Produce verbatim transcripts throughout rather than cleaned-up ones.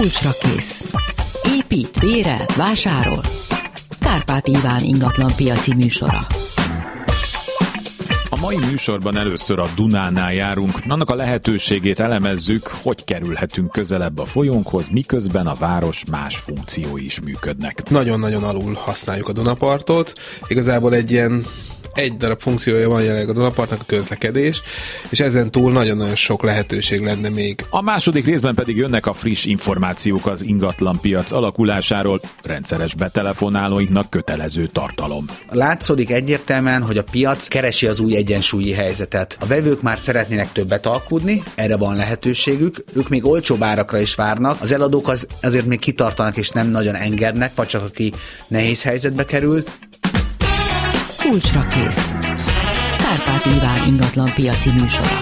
Kulcsra kész. Épít, bérel, vásárol. Kárpát Iván ingatlan piaci műsora. A mai műsorban először a Dunánál járunk, annak a lehetőségét elemezzük, hogy kerülhetünk közelebb a folyónkhoz, miközben a város más funkciói is működnek. Nagyon-nagyon alul használjuk a Dunapartot, igazából egy ilyen egy darab funkciója van jelenleg a Dunapartnak, a közlekedés, és ezen túl nagyon-nagyon sok lehetőség lenne még. A második részben pedig jönnek a friss információk az ingatlanpiac alakulásáról, rendszeres betelefonálóinknak kötelező tartalom. Látszódik egyértelműen, hogy a piac keresi az új egyensúlyi helyzetet. A vevők már szeretnének többet alkudni, erre van lehetőségük, ők még olcsóbb árakra is várnak, az eladók az, azért még kitartanak és nem nagyon engednek, vagy csak aki nehéz helyzetbe kerül. Kulcsra kész. Kárpát Iván ingatlan piaci műsora.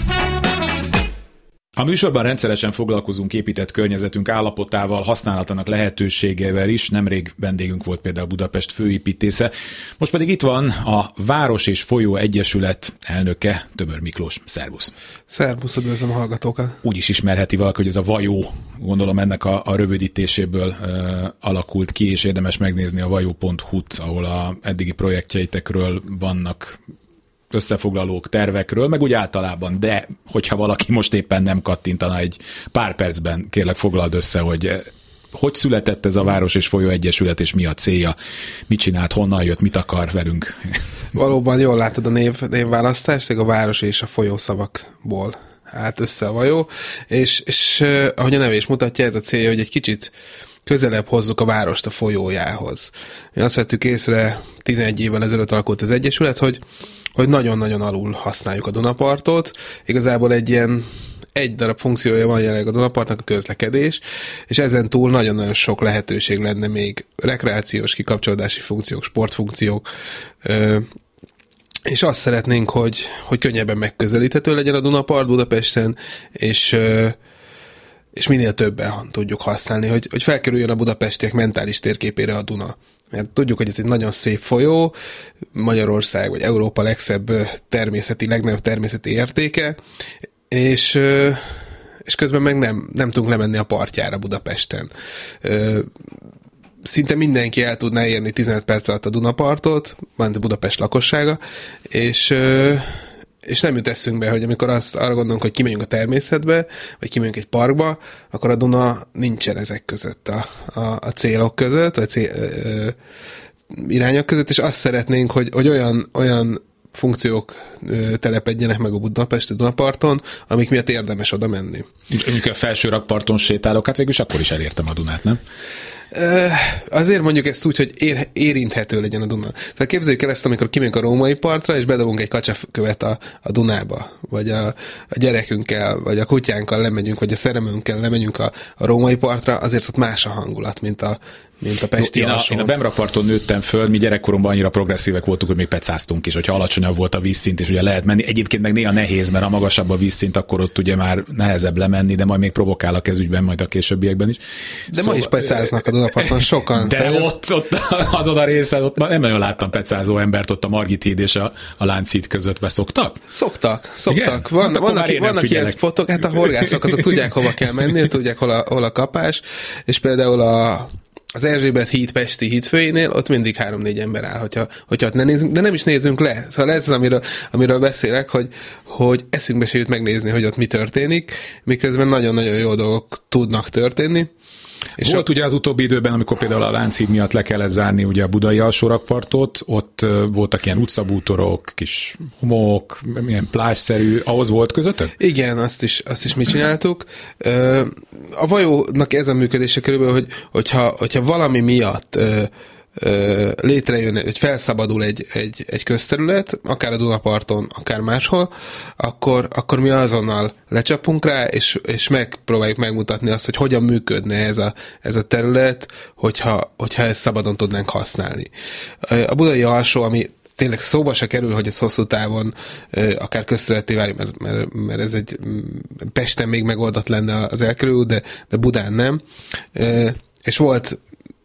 A műsorban rendszeresen foglalkozunk épített környezetünk állapotával, használatának lehetőségével is. Nemrég vendégünk volt például Budapest főépítésze. Most pedig itt van a Város és Folyó Egyesület elnöke, Tömör Miklós. Szervusz! Szervusz, üdvözlöm a hallgatókat! Úgy is ismerheti valaki, hogy ez a Vajó, gondolom ennek a, a rövidítéséből uh, alakult ki, és érdemes megnézni a vajó pont hu-t, ahol a eddigi projektjeitekről vannak összefoglalók, tervekről, meg úgy általában, de hogyha valaki most éppen nem kattintana egy pár percben, kérlek foglald össze, hogy hogy született ez a Város és Folyó Egyesület, és mi a célja, mit csinált, honnan jött, mit akar velünk. Valóban jól látod a név, névválasztást, a város és a folyó szavakból állt össze a vajó, és, és ahogy a neve is mutatja, ez a célja, hogy egy kicsit közelebb hozzuk a várost a folyójához. Mi azt vettük észre, tizenegy évvel ezelőtt alakult az Egyesület, hogy hogy nagyon-nagyon alul használjuk a Dunapartot. Igazából egy ilyen egy darab funkciója van jelenleg a Dunapartnak, a közlekedés, és ezen túl nagyon-nagyon sok lehetőség lenne még rekreációs, kikapcsolódási funkciók, sportfunkciók, és azt szeretnénk, hogy, hogy könnyebben megközelíthető legyen a Dunapart Budapesten, és és minél többen tudjuk használni, hogy, hogy felkerüljön a budapestiek mentális térképére a Duna. Mert tudjuk, hogy ez egy nagyon szép folyó, Magyarország vagy Európa legszebb természeti, legnagyobb természeti értéke, és, és közben meg nem, nem tudunk lemenni a partjára Budapesten. Szinte mindenki el tudná érni tizenöt perc alatt a Dunapartot, van a Budapest lakossága, és és nem jut eszünkbe, hogy amikor azt arra gondolunk, hogy kimegyünk a természetbe, vagy kimegyünk egy parkba, akkor a Duna nincsen ezek között a, a, a célok között, vagy cél, ö, irányok között, és azt szeretnénk, hogy, hogy olyan, olyan funkciók ö, telepedjenek meg a Budapesti Dunaparton, amik miatt érdemes oda menni. Amikor a felső rakparton sétálok, hát végül is akkor is elértem a Dunát, nem? Azért mondjuk ezt úgy, hogy ér, érinthető legyen a Duna. Tehát képzeljük el ezt, amikor kimegyünk a római partra, és bedobunk egy kacsakövet a, a Dunába, vagy a, a gyerekünkkel, vagy a kutyánkkal lemegyünk, vagy a szeremünkkel lemegyünk a, a római partra, azért ott más a hangulat, mint a, mint a pesti Jó, én, a, én a Bemrakparton nőttem föl, mi gyerekkoromban annyira progresszívek voltunk, hogy még pecáztunk is, hogyha alacsonyabb volt a vízszint, és ugye lehet menni. Egyébként meg néha nehéz, mert a magasabb a vízszint, akkor ott ugye már nehezebb lemenni, de majd még provokálok ez ügyben, majd a későbbiekben is. De szóval, ma is pecáznak a Dunaparton sokan. De szóval ott, ott azon a részen, ott nem nagyon láttam pecázó embert, ott a Margit híd és a, a Lánchíd között beszoktak? Szoktak, szoktak. Van, hát vannak vannak ilyen spotok, hát a horgászok azok tudják, hova kell menni, tudják, hol a, hol a kapás, és például a az Erzsébet híd Pesti hídfőjénél ott mindig három-négy ember áll, hogyha, hogyha ott ne nézünk, de nem is nézzünk le. Szóval ez az, amiről, amiről beszélek, hogy, hogy eszünkbe se jut megnézni, hogy ott mi történik, miközben nagyon-nagyon jó dolgok tudnak történni. És volt ugye az utóbbi időben, amikor például a Lánchíd miatt le kellett zárni ugye a budai alsórakpartot, ott voltak ilyen utcabútorok, kis homok, milyen plázszerű, ahhoz volt közöttök? Igen, azt is, azt is mi csináltuk. A vajónak ez a működése körülbelül, hogy, hogyha, hogyha valami miatt létrejön, hogy felszabadul egy, egy, egy közterület, akár a Dunaparton, akár máshol, akkor, akkor mi azonnal lecsapunk rá, és, és megpróbáljuk megmutatni azt, hogy hogyan működne ez a, ez a terület, hogyha, hogyha ezt szabadon tudnánk használni. A budai alsó, ami tényleg szóba se kerül, hogy ez hosszú távon akár közterületté válik, mert, mert, mert ez egy Pesten még megoldott lenne az elkerülő, de, de Budán nem. És volt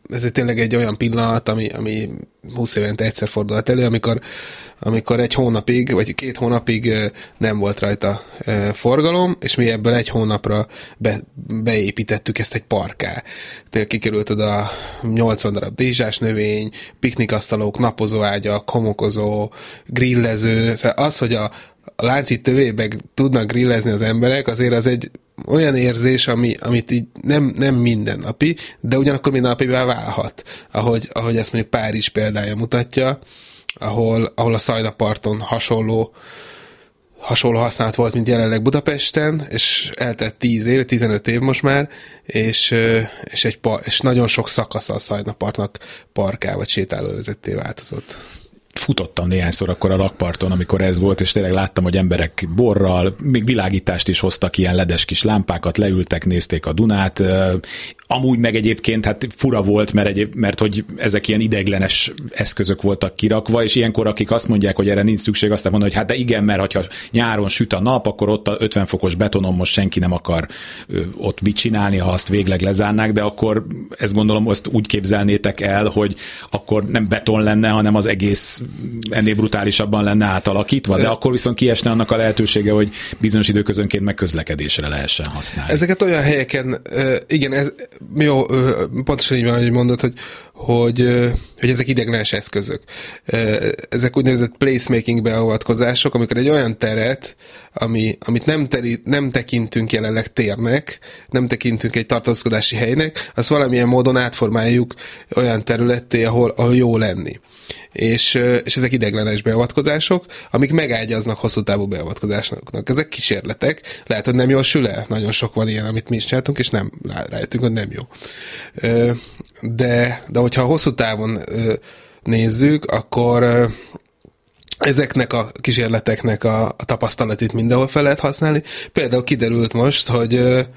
ez tényleg egy olyan pillanat, ami, ami húsz évente egyszer fordulhat elő, amikor, amikor egy hónapig, vagy két hónapig nem volt rajta forgalom, és mi ebből egy hónapra be, beépítettük ezt egy parkká. Tehát kikerült oda nyolcvan darab díszsás növény, piknikasztalok, napozóágyak, homokozó, grillező. Szóval az, hogy a, a Lánchíd tövében tudnak grillezni az emberek, azért az egy olyan érzés, ami, amit így nem, nem mindennapi, de ugyanakkor mindennapivá válhat. Ahogy, ahogy ezt mondjuk Párizs példája mutatja, ahol, ahol a Szajna-parton hasonló, hasonló használat volt, mint jelenleg Budapesten, és eltelt tíz év, tizenöt év most már, és, és, egy, és nagyon sok szakasza a Szajna-partnak parká vagy sétálóövezetté változott. Futottam néhányszor akkor a rakparton, amikor ez volt, és tényleg láttam, hogy emberek borral, még világítást is hoztak, ilyen ledes kis lámpákat, leültek, nézték a Dunát. Amúgy meg egyébként hát fura volt, mert, egyéb, mert hogy ezek ilyen ideiglenes eszközök voltak kirakva, és ilyenkor akik azt mondják, hogy erre nincs szükség, azt mondani, hogy hát de igen, mert ha nyáron süt a nap, akkor ott a ötven fokos betonon most senki nem akar ott mit csinálni, ha azt végleg lezárnák, de akkor ezt gondolom, azt úgy képzelnétek el, hogy akkor nem beton lenne, hanem az egész ennél brutálisabban lenne átalakítva, de akkor viszont kiesne annak a lehetősége, hogy bizonyos időközönként meg közlekedésre lehessen használni. Ezeket olyan helyeken, igen, ez jó, pontosan így van, hogy mondod, hogy, hogy, hogy ezek ideiglenes eszközök. Ezek úgynevezett placemaking beavatkozások, amikor egy olyan teret, ami, amit nem, teri, nem tekintünk jelenleg térnek, nem tekintünk egy tartózkodási helynek, azt valamilyen módon átformáljuk olyan területté, ahol, ahol jó lenni. És, és ezek ideiglenes beavatkozások, amik megágyaznak hosszú távú beavatkozásoknak. Ezek kísérletek, lehet, hogy nem jól sül el. Nagyon sok van ilyen, amit mi is csináltunk, és nem rájöttünk, hogy nem jó. De, de hogyha hosszú távon nézzük, akkor ezeknek a kísérleteknek a, a tapasztalatit mindenhol fel lehet használni. Például kiderült most, hogy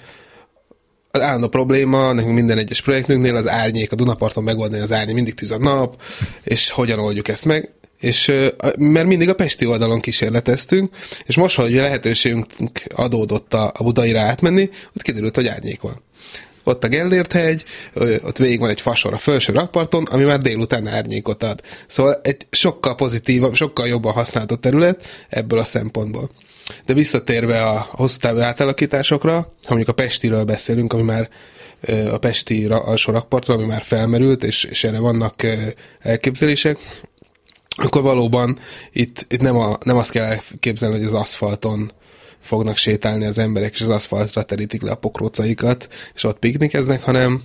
az állandó probléma, nekünk minden egyes projektünknél az árnyék, a Dunaparton megoldani az árnyék, mindig tűz a nap, és hogyan oldjuk ezt meg, és mert mindig a pesti oldalon kísérleteztünk, és most, hogy lehetőségünk adódott a, a Budaira átmenni, ott kiderült, hogy árnyék van. Ott a Gellért-hegy, ott végig van egy fasor a felső rakparton, ami már délután árnyékot ad. Szóval egy sokkal pozitívabb, sokkal jobban használható terület ebből a szempontból. De visszatérve a hosszú távú átalakításokra, ha mondjuk a Pestiről beszélünk, ami már a Pesti alsó rakpartról, ami már felmerült, és, és erre vannak elképzelések, akkor valóban itt, itt nem, a, nem azt kell elképzelni, hogy az aszfalton fognak sétálni az emberek, és az aszfaltra terítik le a pokrócaikat, és ott piknikeznek, hanem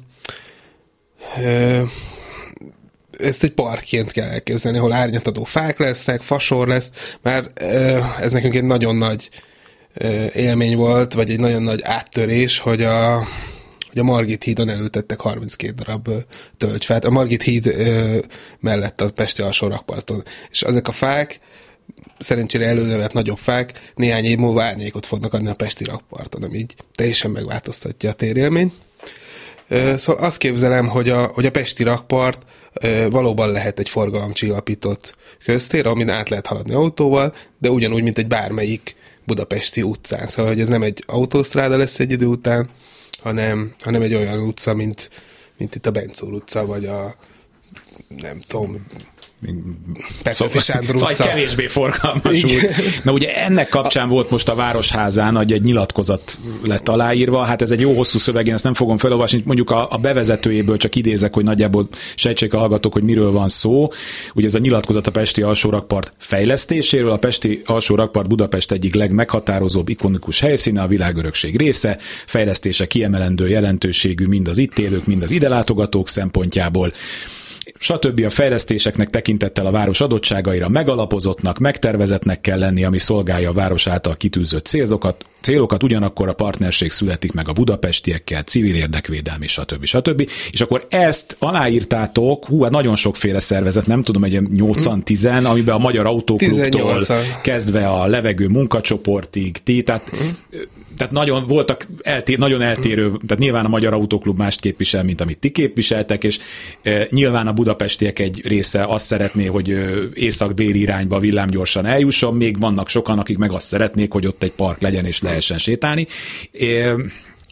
ö, ezt egy parkként kell elképzelni, ahol árnyatadó fák lesznek, fasor lesz, mert ö, ez nekünk egy nagyon nagy ö, élmény volt, vagy egy nagyon nagy áttörés, hogy a, hogy a Margit hídon elültettek harminckét darab ö, tölgyfát. A Margit híd ö, mellett a Pesti alsó rakparton. És ezek a fák szerencsére előnevelt nagyobb fák néhány év múlva árnyékot fognak adni a Pesti rakparton, ami így teljesen megváltoztatja a térélményt. Szóval azt képzelem, hogy a, hogy a Pesti rakpart valóban lehet egy forgalomcsillapított köztér, amin át lehet haladni autóval, de ugyanúgy, mint egy bármelyik budapesti utcán. Szóval, hogy ez nem egy autósztráda lesz egy idő után, hanem, hanem egy olyan utca, mint, mint itt a Bencúr utca, vagy a nem tudom, Petőfi Sándor utca. Szóval kevésbé forgalmas út. Na ugye ennek kapcsán volt most a Városházán, hogy egy nyilatkozat lett aláírva, hát ez egy jó hosszú szöveg, én ezt nem fogom felolvasni, mondjuk a, a bevezetőjéből csak idézek, hogy nagyjából sejtsék a hallgatók, hogy miről van szó. Ugye ez a nyilatkozat a Pesti alsórakpart fejlesztéséről, a Pesti alsórakpart Budapest egyik legmeghatározóbb ikonikus helyszíne, a világörökség része, fejlesztése kiemelendő jelentőségű mind az itt élők, mind az ide látogatók szempontjából. Stb. A fejlesztéseknek tekintettel a város adottságaira megalapozottnak, megtervezettnek kell lenni, ami szolgálja a város által kitűzött célzokat, célokat, ugyanakkor a partnerség születik meg a budapestiekkel, civil érdekvédelmi, stb. stb. És akkor ezt aláírtátok, hú, hát nagyon sokféle szervezet, nem tudom, egy nyolcvan-tíz, amiben a Magyar Autóklubtól kezdve a levegő munkacsoportig, ti, tehát Tehát nagyon voltak eltér, nagyon eltérő, tehát nyilván a Magyar Autóklub mást képvisel, mint amit ti képviseltek, és e, nyilván a budapestiek egy része azt szeretné, hogy e, észak-déli irányba villámgyorsan eljusson, még vannak sokan, akik meg azt szeretnék, hogy ott egy park legyen és lehessen sétálni. E,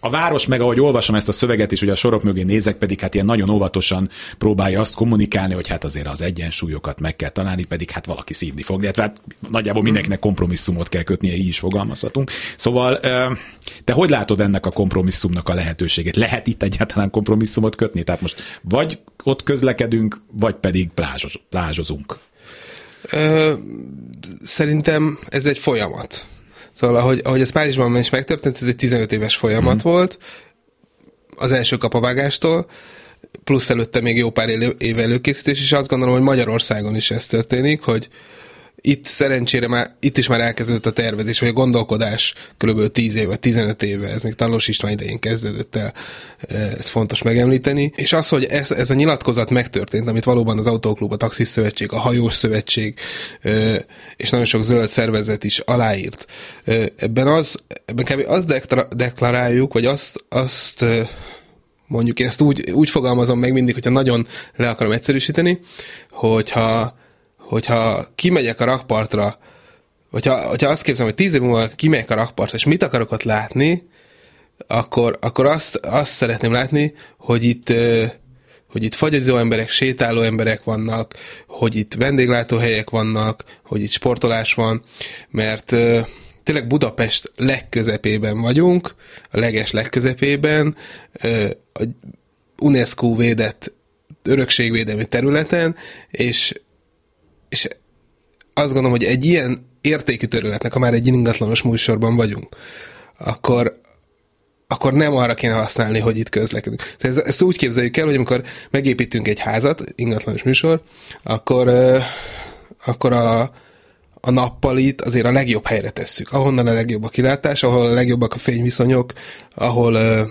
A város meg, ahogy olvasom ezt a szöveget is, ugye a sorok mögé nézek, pedig hát ilyen nagyon óvatosan próbálja azt kommunikálni, hogy hát azért az egyensúlyokat meg kell találni, pedig hát valaki szívni fog. Hát, hát nagyjából mindenkinek kompromisszumot kell kötnie, így is fogalmazhatunk. Szóval te hogy látod ennek a kompromisszumnak a lehetőségét? Lehet itt egyáltalán kompromisszumot kötni? Tehát most vagy ott közlekedünk, vagy pedig plázsos, plázsozunk? Ö, szerintem ez egy folyamat. Szóval, ahogy, ahogy ez Párizsban is megtörtént, ez egy tizenöt éves folyamat mm. volt, az első kapavágástól, plusz előtte még jó pár év előkészítés, és azt gondolom, hogy Magyarországon is ez történik, hogy itt szerencsére már, itt is már elkezdődött a tervezés, vagy a gondolkodás kb. tíz éve, tizenöt éve, ez még Talós István idején kezdődött el, ez fontos megemlíteni. És az, hogy ez, ez a nyilatkozat megtörtént, amit valóban az Autóklub, a Taxis Szövetség, a Hajós Szövetség és nagyon sok zöld szervezet is aláírt. Ebben az, ebben kb. Azt deklaráljuk, vagy azt, azt mondjuk, én ezt úgy, úgy fogalmazom meg mindig, hogyha nagyon le akarom egyszerűsíteni, hogyha hogyha kimegyek a rakpartra, hogyha, hogyha azt képzelem, hogy tíz év múlva kimegyek a rakpartra, és mit akarok ott látni, akkor, akkor azt, azt szeretném látni, hogy itt, hogy itt fagyazó emberek, sétáló emberek vannak, hogy itt vendéglátóhelyek vannak, hogy itt sportolás van, mert tényleg Budapest legközepében vagyunk, a leges legközepében, a UNESCO védett örökségvédelmi területen, és és azt gondolom, hogy egy ilyen értékű területnek, ha már egy ingatlanos műsorban vagyunk, akkor, akkor nem arra kéne használni, hogy itt közlekedünk. Tehát ezt, ezt úgy képzeljük el, hogy amikor megépítünk egy házat, ingatlanos műsor, akkor, euh, akkor a, a nappalit azért a legjobb helyre tesszük. Ahonnan a legjobb a kilátás, ahol a legjobbak a fényviszonyok, ahol, euh,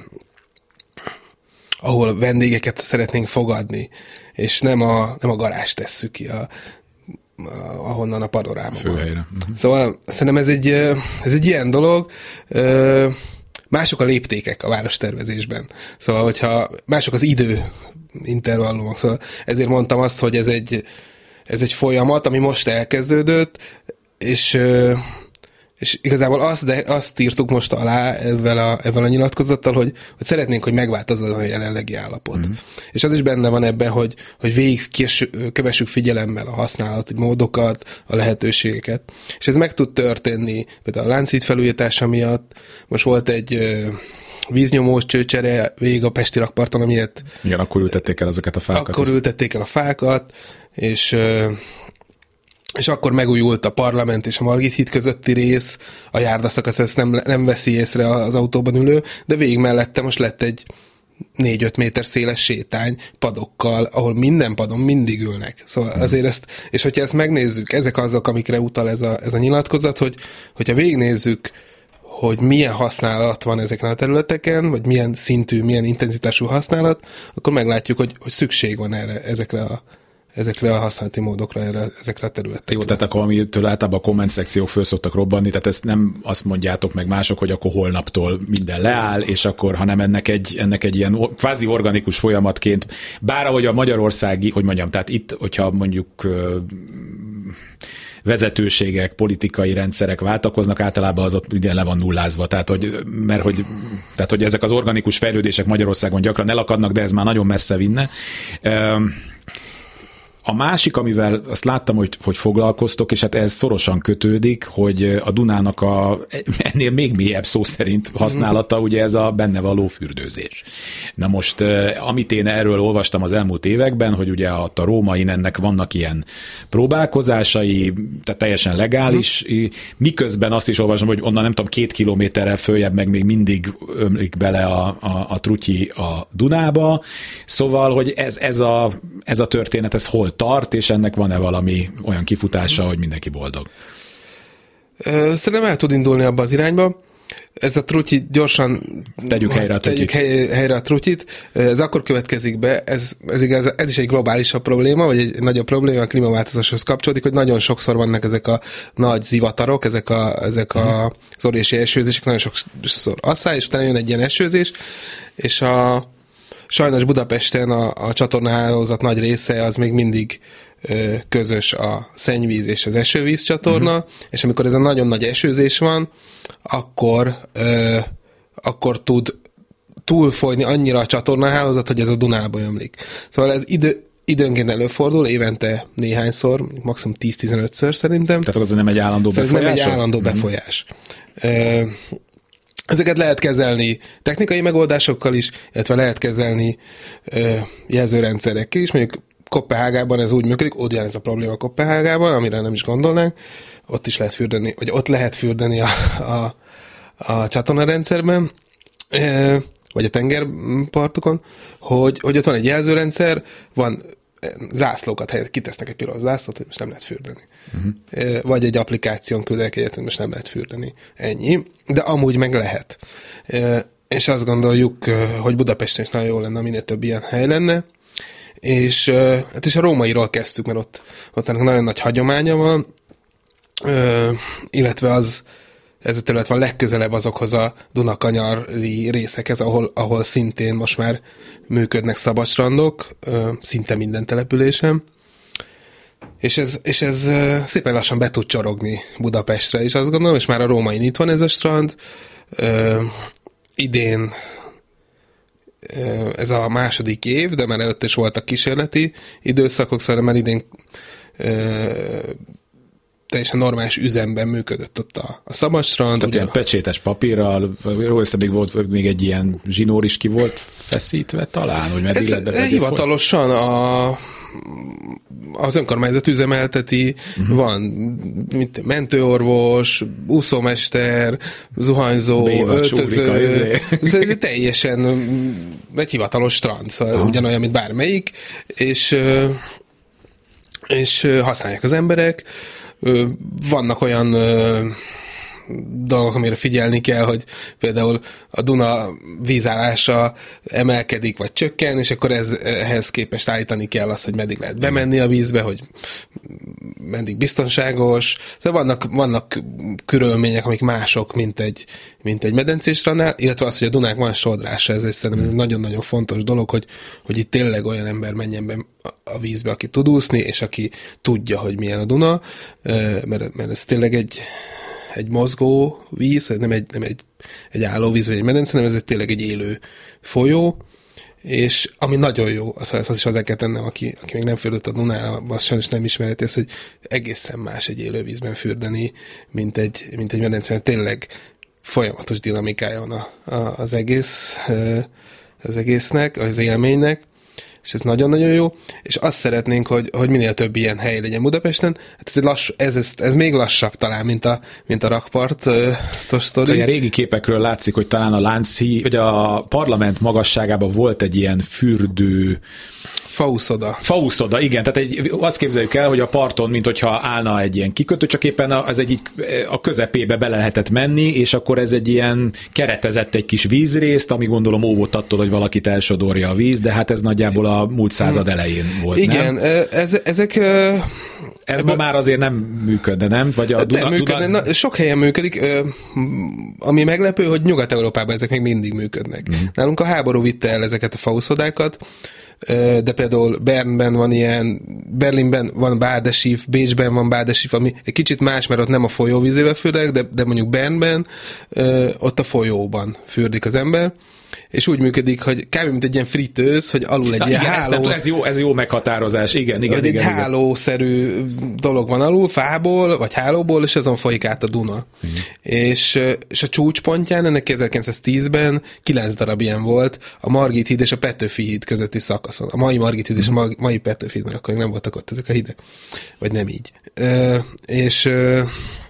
ahol vendégeket szeretnénk fogadni, és nem a, nem a garást tesszük ki a ahonnan a panoráma főhelyre. Uh-huh. Szóval szerintem ez egy, ez egy ilyen dolog. Mások a léptékek a várostervezésben. Szóval, hogyha mások az idő intervallumok. Szóval ezért mondtam azt, hogy ez egy, ez egy folyamat, ami most elkezdődött, és, és igazából azt, de azt írtuk most alá ezzel a, ezzel a nyilatkozattal, hogy, hogy szeretnénk, hogy megváltozzon a jelenlegi állapot. Mm. És az is benne van ebben, hogy, hogy végig kövessük figyelemmel a használati módokat, a lehetőségeket. És ez meg tud történni, például a Lánchíd felújítása miatt. Most volt egy víznyomós csőcsere végig a pesti rakparton, amilyet... Igen, akkor ültették el ezeket a fákat. Akkor is. ültették el a fákat, és... és akkor megújult a Parlament és a Margit híd közötti rész, a járdaszakasz ezt nem, nem veszi észre az autóban ülő, de végig mellette most lett egy négy-öt méter széles sétány padokkal, ahol minden padon mindig ülnek. Szóval hmm. azért ezt, és hogyha ezt megnézzük, ezek azok, amikre utal ez a, ez a nyilatkozat, hogy, hogyha végignézzük, hogy milyen használat van ezeken a területeken, vagy milyen szintű, milyen intenzitású használat, akkor meglátjuk, hogy, hogy szükség van erre, ezekre a ezekre a használati módokra, erre, ezekre a területekre. Jó, tehát akkor amitől általában a komment szekciók föl szoktak robbanni, tehát ezt nem azt mondjátok meg mások, hogy akkor holnaptól minden leáll, és akkor, hanem ennek egy, ennek egy ilyen kvázi organikus folyamatként, bár ahogy a magyarországi, hogy mondjam, tehát itt, hogyha mondjuk vezetőségek, politikai rendszerek váltakoznak, általában az ott ugye le van nullázva, tehát hogy, mert hogy, tehát, hogy ezek az organikus fejlődések Magyarországon gyakran elakadnak, de ez már nagyon messze vinne. A másik, amivel azt láttam, hogy, hogy foglalkoztok, és hát ez szorosan kötődik, hogy a Dunának a, ennél még mélyebb szó szerint használata, ugye ez a benne való fürdőzés. Na most, amit én erről olvastam az elmúlt években, hogy ugye a, a rómain ennek vannak ilyen próbálkozásai, tehát teljesen legális, miközben azt is olvasom, hogy onnan nem tudom, két kilométerrel följebb meg még mindig ömlik bele a, a, a trutyi a Dunába, szóval, hogy ez, ez, a, ez a történet, ez hol tart, és ennek van-e valami olyan kifutása, hogy mindenki boldog? Szerintem el tud indulni abba az irányba. Ez a trutyi gyorsan... Tegyük helyre a trutyit. Tegyük hely, helyre a trutyit. Ez akkor következik be, ez, ez, igaz, ez is egy globálisabb probléma, vagy egy nagyobb probléma, a klímaváltozáshoz kapcsolódik, hogy nagyon sokszor vannak ezek a nagy zivatarok, ezek, a, ezek a, az óriási esőzések, nagyon sokszor asszály, és utána jön egy ilyen esőzés, és a sajnos Budapesten a, a csatornahálózat nagy része az még mindig ö, közös a szennyvíz és az esővíz csatorna, uh-huh. és amikor ez a nagyon nagy esőzés van, akkor, ö, akkor tud túlfolyni annyira a csatornahálózat, hogy ez a Dunába ömlik. Szóval ez idő, időnként előfordul, évente néhányszor, maximum tíz-tizenötször szerintem. Tehát az nem egy állandó szóval befolyás? nem egy állandó mm. befolyás. Ezeket lehet kezelni technikai megoldásokkal is, illetve lehet kezelni jelzőrendszerekkel is. Mondjuk Koppenhágában ez úgy működik, ott ez a probléma Koppenhágában, amire nem is gondolnánk, ott is lehet fürdeni, vagy ott lehet fürdeni a, a, a csatornarendszerben, vagy a tengerpartokon, hogy, hogy ott van egy jelzőrendszer, van zászlókat helyett, kitesznek egy piros zászlót, hogy most nem lehet fürdeni. Uh-huh. Vagy egy applikáción küldenek egyet, hogy most nem lehet fürdeni. Ennyi. De amúgy meg lehet. És azt gondoljuk, hogy Budapesten is nagyon jó lenne, minél több ilyen hely lenne. És, hát és a rómairól kezdtük, mert ott, ott ennek nagyon nagy hagyománya van, illetve az ez a terület van legközelebb azokhoz a Dunakanyari részekhez, ahol, ahol szintén most már működnek szabadstrandok, szinte minden településen. És ez, és ez szépen lassan be tud csorogni Budapestre is, azt gondolom, és már a Rómain itt van ez a strand. Idén ez a második év, de már előtt is voltak kísérleti időszakok, szóval már idén teljesen normális üzemben működött ott a, a szabadstrand. Tehát ilyen pecsétes papírral, róla még volt még egy ilyen zsinór is ki volt feszítve talán, hogy meddig lett be. Hivatalosan a, az önkormányzat üzemelteti, uh-huh. van mint mentőorvos, úszómester, zuhanyzó, öltöző, ez teljesen egy hivatalos strand, szóval uh-huh. ugyanolyan, mint bármelyik, és, és használják az emberek. Vannak olyan ö, dolgok, amire figyelni kell, hogy például a Duna vízállása emelkedik, vagy csökken, és akkor ez, ehhez képest állítani kell azt, hogy meddig lehet bemenni a vízbe, hogy meddig biztonságos. Szóval vannak, vannak körülmények, amik mások, mint egy, mint egy medencéstrandnál, illetve az, hogy a Dunák van sodrása, ez szerintem ez egy nagyon-nagyon fontos dolog, hogy, hogy itt tényleg olyan ember menjen be a vízbe, aki tud úszni, és aki tudja, hogy milyen a Duna, mert, mert ez tényleg egy, egy mozgó víz, nem egy, nem egy, egy állóvíz, vagy egy medence, hanem ez egy tényleg egy élő folyó, és ami nagyon jó, az, az is hozzá kell tennem, aki, aki még nem fürdött a Dunára, az sajnos nem ismereti ezt, hogy egészen más egy élővízben fürdeni, mint egy, mint egy medencében. Tényleg folyamatos dinamikája van a, a, az egész, az egésznek, az élménynek, és ez nagyon-nagyon jó, és azt szeretnénk, hogy, hogy minél több ilyen hely legyen Budapesten. Hát ez, egy lass, ez, ez, ez még lassabb talán, mint a, mint a rakpartos sztori. A régi képekről látszik, hogy talán a Lánchíd, hogy a parlament magasságában volt egy ilyen fürdő Fauszoda. Fauszoda, igen. Tehát egy, azt képzeljük el, hogy a parton, mint hogyha állna egy ilyen kikötő, csak éppen az egyik a közepébe bele lehetett menni, és akkor ez egy ilyen keretezett egy kis vízrészt, ami gondolom óvott attól, hogy valakit elsodorja a víz, de hát ez nagyjából a múlt század elején volt, igen, nem? Ez, ezek... Ez ebben... ma már azért nem működne, nem? Vagy a Duna, nem működne. Duna... Na, sok helyen működik. Ami meglepő, hogy Nyugat-Európában ezek még mindig működnek. Mm. Nálunk a háború vitte el ezeket a fauszodákat, de például Bernben van ilyen, Berlinben van Bádesív, Bécsben van Bádesív, ami egy kicsit más, mert ott nem a folyóvízével fürdek, de, de mondjuk Bernben ott a folyóban fürdik az ember, és úgy működik, hogy kb. Mint egy ilyen fritőz, hogy alul egy Na, ilyen igen, háló... Ez jó, ez jó meghatározás, igen, igen. Hogy igen, egy igen. hálószerű dolog van alul, fából, vagy hálóból, és azon folyik át a Duna. Igen. És, és a csúcspontján ennek ezerkilencszáztízben kilenc darab ilyen volt, a Margit híd és a Petőfi híd közötti szakaszon. A mai Margit híd és a mai Petőfi híd, mert akkor nem voltak ott ezek a hídek. Vagy nem így. Ö, és... Ö,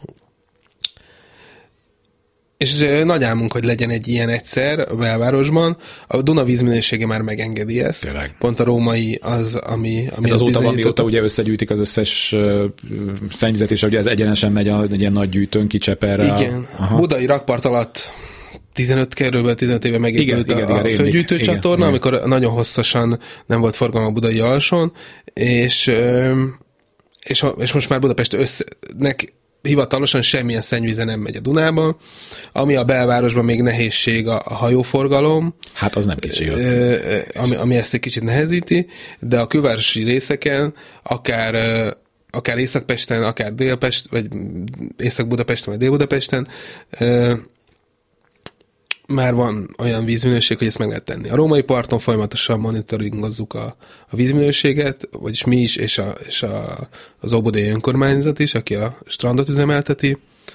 És nagy álmunk, hogy legyen egy ilyen egyszer a belvárosban. A Duna vízminősége már megengedi ezt. Tényleg. Pont a római az, ami... ami ez azóta van, mióta ugye összegyűjtik az összes uh, szennyvizet, és ugye ez egyenesen megy a, egy ilyen nagy gyűjtőn Kicseperre. Igen. A budai rakpart alatt tizenöt körülbelül tizenöt éve megépült igen, a, igen, a földgyűjtő igen, csatorna, igen. Amikor nagyon hosszasan nem volt forgalom a budai alsón, és, és, és most már Budapest összenek hivatalosan semmilyen szennyvíze nem megy a Dunába, ami a belvárosban még nehézség a, a hajóforgalom. Hát az nem kicsi. Ami, ami ezt egy kicsit nehezíti, de a külvárosi részeken, akár, akár Észak-Pesten, akár Dél-Pest, vagy Észak-Budapesten, vagy Dél-Budapesten, már van olyan vízminőség, hogy ezt meg lehet tenni. A római parton folyamatosan monitoringozzuk a, a vízminőséget, vagyis mi is, és, a, és a, az óbudai önkormányzat is, aki a strandot üzemelteti,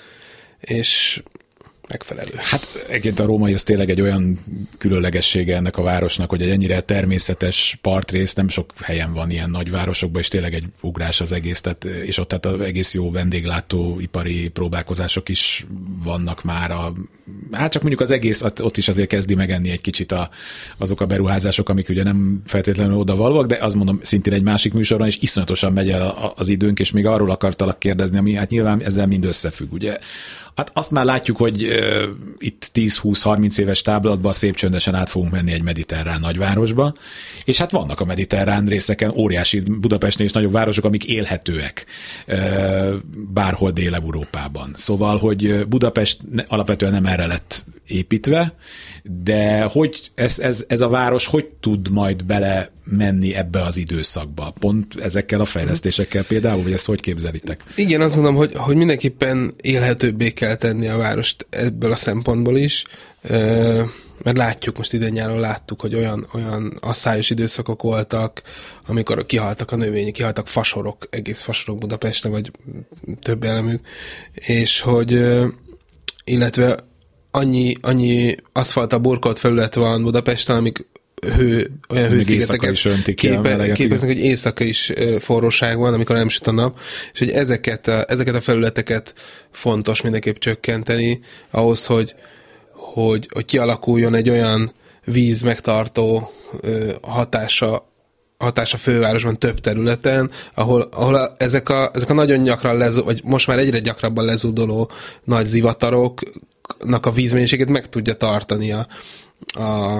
és megfelelő. Hát egyébként a római az tényleg egy olyan különlegessége ennek a városnak, hogy egy ennyire természetes partrész, nem sok helyen van ilyen nagyvárosokban, és tényleg egy ugrás az egész, tehát, és ott tehát az egész jó vendéglátóipari próbálkozások is vannak már. A, hát csak mondjuk az egész, ott is azért kezdi megenni egy kicsit a, azok a beruházások, amik ugye nem feltétlenül odavalóak, de azt mondom, szintén egy másik műsorban is iszonyatosan megy el az időnk, és még arról akartalak kérdezni, ami hát nyilván ezzel mind összefügg, ugye. Hát azt már látjuk, hogy uh, itt tíz-húsz-harminc éves táblatban szép csöndesen át fogunk menni egy mediterrán nagyvárosba, és hát vannak a mediterrán részeken óriási Budapestnél is nagyobb városok, amik élhetőek uh, bárhol Dél-Európában. Szóval, hogy Budapest alapvetően nem erre lett építve, de hogy ez, ez, ez a város hogy tud majd bele menni ebbe az időszakba? Pont ezekkel a fejlesztésekkel például, vagy ezt hogy képzelitek? Igen, azt mondom, hogy, hogy mindenképpen élhetőbbé kell tenni a várost ebből a szempontból is, mert látjuk, most idén nyáron láttuk, hogy olyan, olyan asszályos időszakok voltak, amikor kihaltak a növények, kihaltak fasorok, egész fasorok Budapesten, vagy több elemük, és hogy illetve annyi, annyi aszfalttal burkolt felület van Budapesten, amik hő, olyan hőszigeteket képe, képeznek, hogy éjszaka is forróság van, amikor nem süt a nap, és hogy ezeket a, ezeket a felületeket fontos mindenképp csökkenteni ahhoz, hogy, hogy, hogy kialakuljon egy olyan víz megtartó hatása, hatása fővárosban több területen, ahol, ahol a, ezek, a, ezek a nagyon gyakran lezúdó, vagy most már egyre gyakrabban lezúdoló nagy zivataroknak a vízmennyiségét meg tudja tartani a, a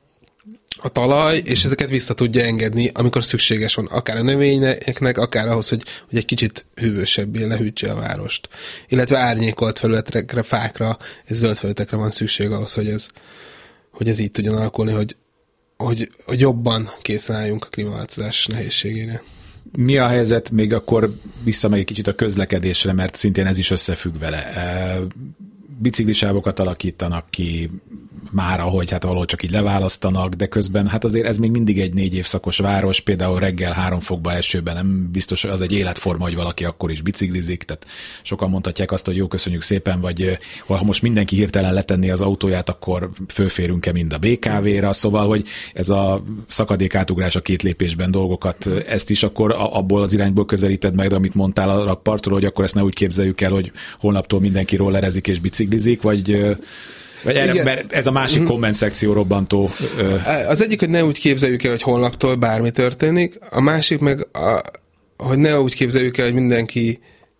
a talaj, és ezeket vissza tudja engedni, amikor szükséges van, akár a növényeknek, akár ahhoz, hogy, hogy egy kicsit hűvösebbé lehűtse a várost. Illetve árnyékolt felületekre, fákra és zöld felületekre van szükség ahhoz, hogy ez, hogy ez így tudjon alakulni, hogy, hogy, hogy jobban készen álljunk a klímaváltozás nehézségére. Mi a helyzet, még akkor visszamegy egy kicsit a közlekedésre, mert szintén ez is összefügg vele. Biciklisávokat alakítanak ki, már ahogy hát valahogy csak így leválasztanak, de közben hát azért ez még mindig egy négy évszakos város, például reggel három fokba esőben nem biztos, hogy az egy életforma, hogy valaki akkor is biciklizik, tehát sokan mondhatják azt, hogy jó, köszönjük szépen, vagy ha most mindenki hirtelen letenné az autóját, akkor fölférünk-e mind a bé ká vé-ra, szóval, hogy ez a szakadék átugrás a két lépésben dolgokat, ezt is akkor abból az irányból közelíted meg, amit mondtál a rakpartról, hogy akkor ezt ne úgy képzeljük el, hogy holnaptól mindenki rollerezik és biciklizik, vagy... Vagy erre, mert ez a másik uh-huh. komment szekció robbantó. Ö... Az egyik, hogy ne úgy képzeljük el, hogy holnaptól bármi történik, a másik meg, a, hogy ne úgy képzeljük el, hogy mindenki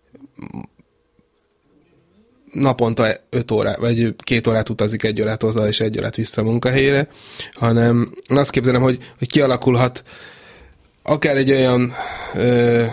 naponta öt órát, vagy két órát utazik, egy órát oda és egy órát vissza a munkahelyére, hanem azt képzelem, hogy, hogy kialakulhat akár egy olyan ö,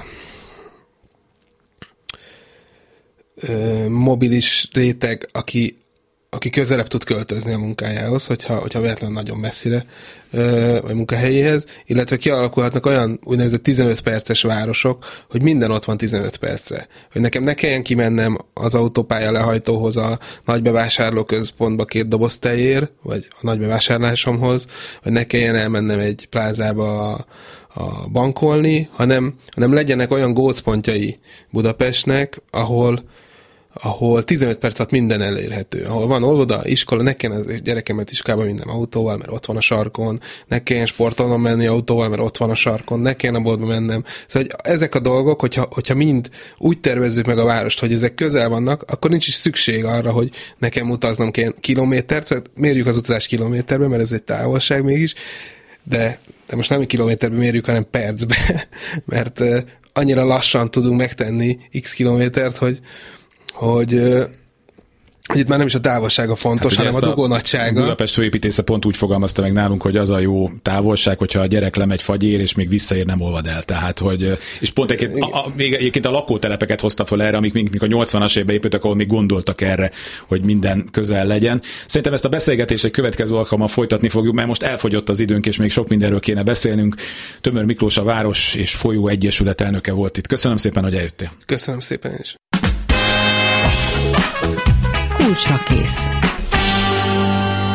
ö, mobilis réteg, aki aki közelebb tud költözni a munkájához, hogyha, hogyha véletlenül nagyon messzire, vagy munkahelyéhez, illetve kialakulhatnak olyan úgynevezett tizenöt perces városok, hogy minden ott van tizenöt percre. Hogy nekem ne kelljen kimennem az autópálya lehajtóhoz a nagybevásárlóközpontba két doboz tejér, vagy a nagybevásárlásomhoz, vagy ne kelljen elmennem egy plázába a, a bankolni, hanem, hanem legyenek olyan gócpontjai Budapestnek, ahol ahol tizenöt perc alatt minden elérhető, ahol van óvoda, iskola, ne kelljen a gyerekemet iskolába vinnem autóval, mert ott van a sarkon, ne kelljen sportolnom menni autóval, mert ott van a sarkon, ne kelljen a boltba mennem. Szóval hogy ezek a dolgok, hogyha, hogyha mind úgy tervezzük meg a várost, hogy ezek közel vannak, akkor nincs is szükség arra, hogy nekem utaznom kell kilométert, szóval mérjük az utazás kilométerbe, mert ez egy távolság mégis, de, de most nem kilométerbe mérjük, hanem percbe, mert annyira lassan tudunk megtenni x kilométert, hogy hogy, hogy itt már nem is a távolsága fontos, hát, hanem a dugó nagysága. Budapest főépítésze pont úgy fogalmazta meg nálunk, hogy az a jó távolság, hogyha a gyerek lemegy fagyér, és még visszaér, nem olvad el. Tehát, hogy, és pont egyébként a, a, még egyébként a lakótelepeket hozta fel erre, amik még a nyolcvanas évben épültek, ahol még gondoltak erre, hogy minden közel legyen. Szerintem ezt a beszélgetést egy következő alkalommal folytatni fogjuk, mert most elfogyott az időnk, és még sok mindenről kéne beszélnünk. Tömör Miklós, a Város és Folyó Egyesület elnöke volt itt. Köszönöm szépen, hogy eljöttél. Köszönöm szépen is. Kulcsra kész.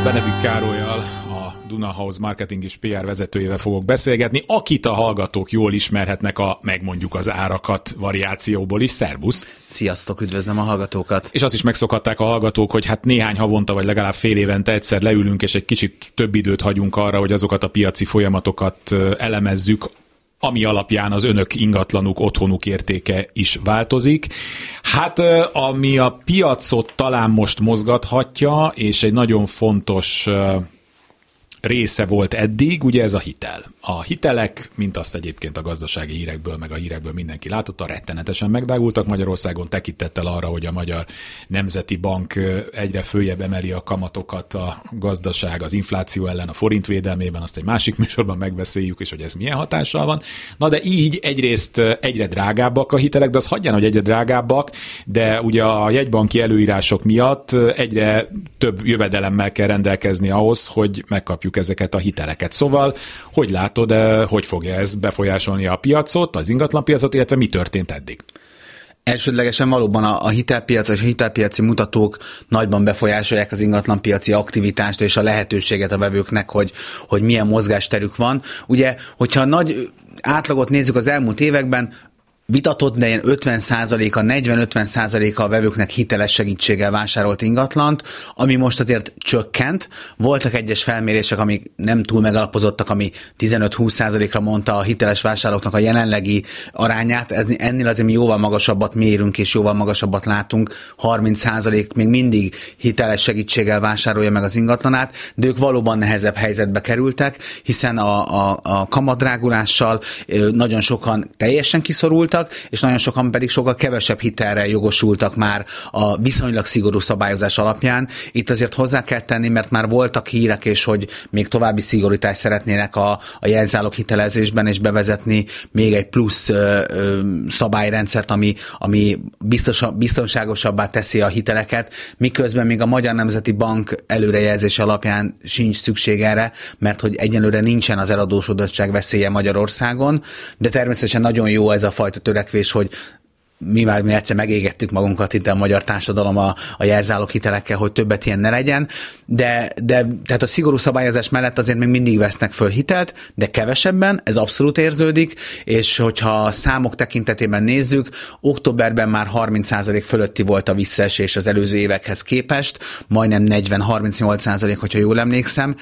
Benedikt Károllyal, a Duna House marketing és pé er vezetőjével fogok beszélgetni, akit a hallgatók jól ismerhetnek a megmondjuk az árakat variációból is. Szerbusz! Sziasztok, üdvözlöm a hallgatókat! És azt is megszokhatták a hallgatók, hogy hát néhány havonta vagy legalább fél évente egyszer leülünk, és egy kicsit több időt hagyunk arra, hogy azokat a piaci folyamatokat elemezzük, ami alapján az önök ingatlanuk, otthonuk értéke is változik. Hát ami a piacot talán most mozgathatja, és egy nagyon fontos része volt eddig, ugye ez a hitel. A hitelek, mint azt egyébként a gazdasági hírekből, meg a hírekből mindenki látotta, rettenetesen megdágultak Magyarországon, tekintettel arra, hogy a Magyar Nemzeti Bank egyre följebb emeli a kamatokat a gazdaság, az infláció ellen, a forint védelmében, azt egy másik műsorban megbeszéljük, és hogy ez milyen hatással van. Na de így egyrészt egyre drágábbak a hitelek, de az hagyján, hogy egyre drágábbak, de ugye a jegybanki előírások miatt egyre több jövedelemmel kell rendelkezni ahhoz, hogy megkapjuk ezeket a hiteleket. Szóval, hogy látod, hogy fogja ez befolyásolni a piacot, az ingatlanpiacot, illetve mi történt eddig? Elsődlegesen valóban a, a hitelpiac és a hitelpiaci mutatók nagyban befolyásolják az ingatlanpiaci aktivitást és a lehetőséget a vevőknek, hogy, hogy milyen mozgásterük van. Ugye, hogyha nagy átlagot nézzük az elmúlt években, vitatott, de ilyen ötven százaléka, negyven-ötven százaléka a vevőknek hiteles segítséggel vásárolt ingatlant, ami most azért csökkent. Voltak egyes felmérések, amik nem túl megalapozottak, ami tizenöt-húsz százalékra mondta a hiteles vásárlóknak a jelenlegi arányát. Ennél azért mi jóval magasabbat mérünk, és jóval magasabbat látunk. harminc százalék még mindig hiteles segítséggel vásárolja meg az ingatlanát, de ők valóban nehezebb helyzetbe kerültek, hiszen a, a, a kamatdrágulással nagyon sokan teljesen kiszorultak, és nagyon sokan pedig sokkal kevesebb hitelre jogosultak már a viszonylag szigorú szabályozás alapján. Itt azért hozzá kell tenni, mert már voltak hírek, és hogy még további szigorítást szeretnének a, a jelzálog hitelezésben, és bevezetni még egy plusz ö, ö, szabályrendszert, ami, ami biztos, biztonságosabbá teszi a hiteleket, miközben még a Magyar Nemzeti Bank előrejelzése alapján sincs szükség erre, mert hogy egyelőre nincsen az eladósodottság veszélye Magyarországon, de természetesen nagyon jó ez a fajta törekvés, hogy mi már mi egyszer megégettük magunkat itt a magyar társadalom a, a jelzálog hitelekkel, hogy többet ilyen ne legyen, de, de tehát a szigorú szabályozás mellett azért még mindig vesznek föl hitelt, de kevesebben, ez abszolút érződik, és hogyha a számok tekintetében nézzük, októberben már harminc százalék fölötti volt a visszaesés az előző évekhez képest, majdnem negyven-harmincnyolc százalék, hogyha jól emlékszem.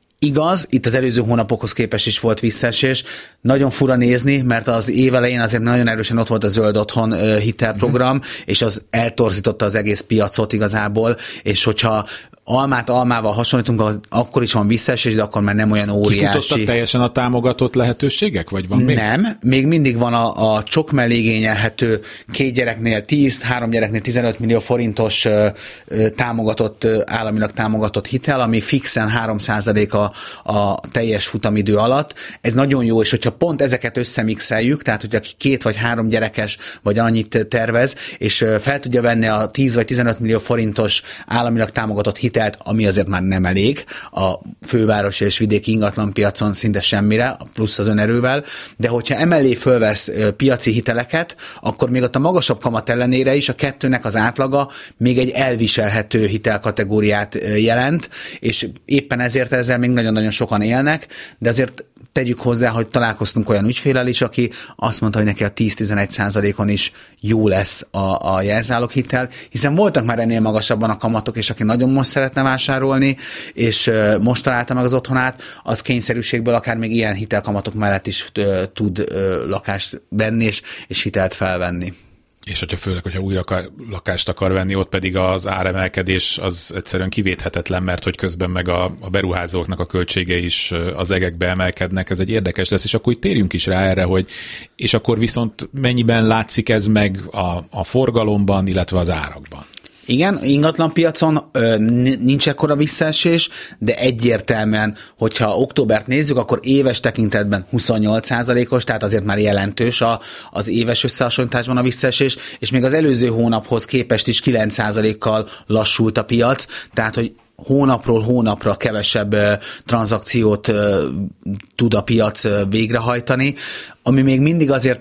Igaz, itt az előző hónapokhoz képest is volt visszaesés. Nagyon fura nézni, mert az év elején azért nagyon erősen ott volt a Zöld Otthon hitelprogram, uh-huh. és az eltorzította az egész piacot igazából, és hogyha almát almával hasonlítunk, akkor is van visszaesés, de akkor már nem olyan óriási. Kifutottak teljesen a támogatott lehetőségek, vagy van még? Nem, még mindig van a, a csok mellé igényelhető két gyereknél tíz, három gyereknél tizenöt millió forintos ö, ö, támogatott, ö, államilag támogatott hitel, ami fixen három százalék a, a teljes futamidő alatt. Ez nagyon jó, és hogyha pont ezeket összemixeljük, tehát hogy aki két vagy három gyerekes, vagy annyit tervez, és ö, fel tudja venni a tíz vagy tizenöt millió forintos államilag támogatott hitel, ami azért már nem elég a főváros és vidéki ingatlanpiacon szinte semmire, plusz az önerővel, de hogyha emellé fölvesz piaci hiteleket, akkor még ott a magasabb kamat ellenére is a kettőnek az átlaga még egy elviselhető hitelkategóriát jelent, és éppen ezért ezzel még nagyon-nagyon sokan élnek, de azért tegyük hozzá, hogy találkoztunk olyan ügyféllel is, aki azt mondta, hogy neki a tíz-tizenegy százalékon is jó lesz a, a jelzáloghitel, hiszen voltak már ennél magasabban a kamatok, és aki nagyon most szeretne vásárolni, és most találta meg az otthonát, az kényszerűségből akár még ilyen hitelkamatok mellett is tud lakást venni, és, és hitelt felvenni. És hogyha főleg, hogyha újra lakást akar venni, ott pedig az áremelkedés az egyszerűen kivéthetetlen, mert hogy közben meg a, a beruházóknak a költségei is az egekbe emelkednek. Ez egy érdekes lesz, és akkor itt térjünk is rá erre, hogy és akkor viszont mennyiben látszik ez meg a, a forgalomban, illetve az árakban? Igen, ingatlanpiacon nincs ekkora visszaesés, de egyértelműen, hogyha októbert nézzük, akkor éves tekintetben huszonnyolc százalékos, tehát azért már jelentős a, az éves összehasonlításban a visszaesés, és még az előző hónaphoz képest is kilenc százalékkal lassult a piac, tehát hogy hónapról hónapra kevesebb tranzakciót tud a piac végrehajtani, ami még mindig azért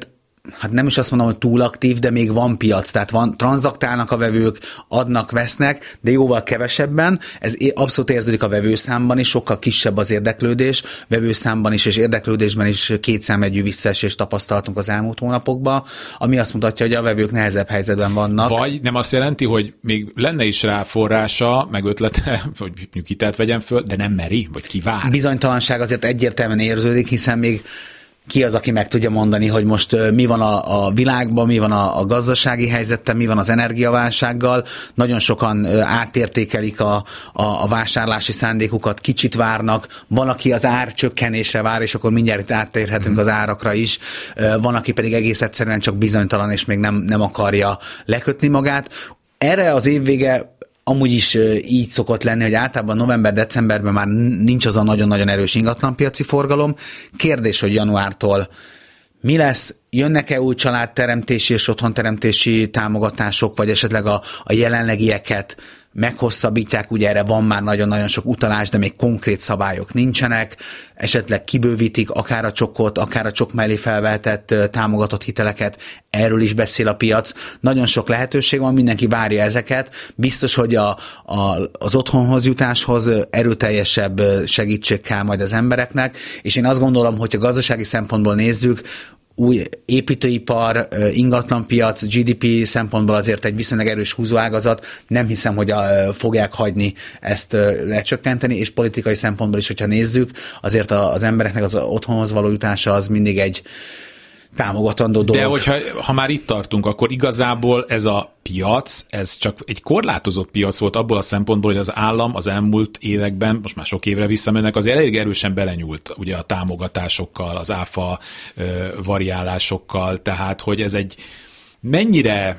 hát nem is azt mondom, hogy túl aktív, de még van piac, tehát van, tranzaktálnak a vevők, adnak, vesznek, de jóval kevesebben, ez abszolút érződik a vevőszámban is, sokkal kisebb az érdeklődés, vevőszámban is és érdeklődésben is kétszámjegyű visszaesést tapasztaltunk az elmúlt hónapokban, ami azt mutatja, hogy a vevők nehezebb helyzetben vannak. Vagy nem azt jelenti, hogy még lenne is rá forrása, meg ötlete, hogy mondjuk hitelt vegyen föl, de nem meri, vagy ki vár? Bizonytalanság azért egyértelműen érződik, hiszen még ki az, aki meg tudja mondani, hogy most uh, mi van a, a világban, mi van a, a gazdasági helyzettel, mi van az energiaválsággal. Nagyon sokan uh, átértékelik a, a, a vásárlási szándékukat, kicsit várnak. Van, aki az ár csökkenésre vár, és akkor mindjárt itt áttérhetünk az árakra is. Uh, van, aki pedig egész egyszerűen csak bizonytalan, és még nem, nem akarja lekötni magát. Erre az évvége amúgy is így szokott lenni, hogy általában november-decemberben már nincs az a nagyon-nagyon erős ingatlanpiaci forgalom. Kérdés, hogy januártól mi lesz, jönnek-e új családteremtési és otthonteremtési támogatások, vagy esetleg a, a jelenlegieket meghosszabbítják, ugye erre van már nagyon-nagyon sok utalás, de még konkrét szabályok nincsenek, esetleg kibővítik akár a csokot, akár a csok mellé felvehetett támogatott hiteleket, erről is beszél a piac. Nagyon sok lehetőség van, mindenki várja ezeket. Biztos, hogy a, a, az otthonhoz jutáshoz erőteljesebb segítség kell majd az embereknek, és én azt gondolom, hogy a gazdasági szempontból nézzük, új építőipar, ingatlanpiac, gé dé pé szempontból azért egy viszonylag erős húzóágazat, nem hiszem, hogy a, fogják hagyni ezt lecsökkenteni, és politikai szempontból is, hogyha nézzük, azért az embereknek az otthonhoz való jutása az mindig egy támogatandó dolog. De hogyha ha már itt tartunk, akkor igazából ez a piac, ez csak egy korlátozott piac volt abból a szempontból, hogy az állam az elmúlt években, most már sok évre visszamennek, azért elég erősen belenyúlt ugye a támogatásokkal, az áfa ö, variálásokkal, tehát hogy ez egy mennyire,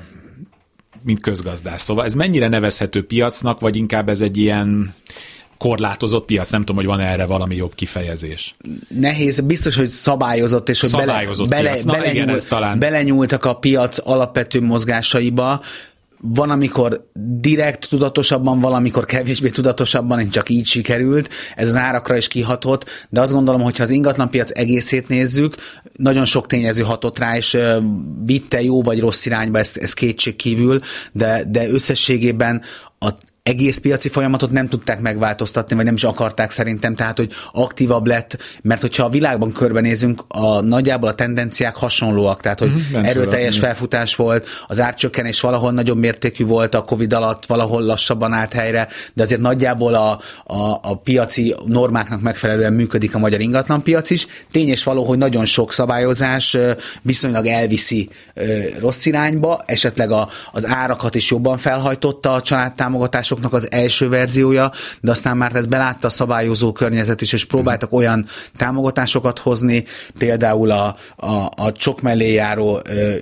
mint közgazdász, szóval ez mennyire nevezhető piacnak, vagy inkább ez egy ilyen korlátozott piac, nem tudom, hogy van erre valami jobb kifejezés. Nehéz, biztos, hogy szabályozott, és hogy szabályozott bele, piac. Na, bele, igen, ez talán. belenyúltak a piac alapvető mozgásaiba. Van, amikor direkt tudatosabban, valamikor kevésbé tudatosabban, én csak így sikerült, ez az árakra is kihatott, de azt gondolom, hogy ha az ingatlanpiac egészét nézzük, nagyon sok tényező hatott rá, és vitte jó vagy rossz irányba, ez, ez kétség kívül, de, de összességében a egész piaci folyamatot nem tudták megváltoztatni, vagy nem is akarták szerintem, tehát, hogy aktívabb lett, mert hogyha a világban körbenézünk, a nagyjából a tendenciák hasonlóak, tehát, hogy uh-huh, erőteljes főle. felfutás volt, az árcsökkenés valahol nagyobb mértékű volt a Covid alatt, valahol lassabban állt helyre, de azért nagyjából a, a, a piaci normáknak megfelelően működik a magyar ingatlanpiac is. Tény és való, hogy nagyon sok szabályozás viszonylag elviszi rossz irányba, esetleg a, az árakat is jobban felhajtotta a családtámogatások az első verziója, de aztán már ezt belátta a szabályozó környezet is, és próbáltak olyan támogatásosokat hozni, például a, a, a csok mellé járó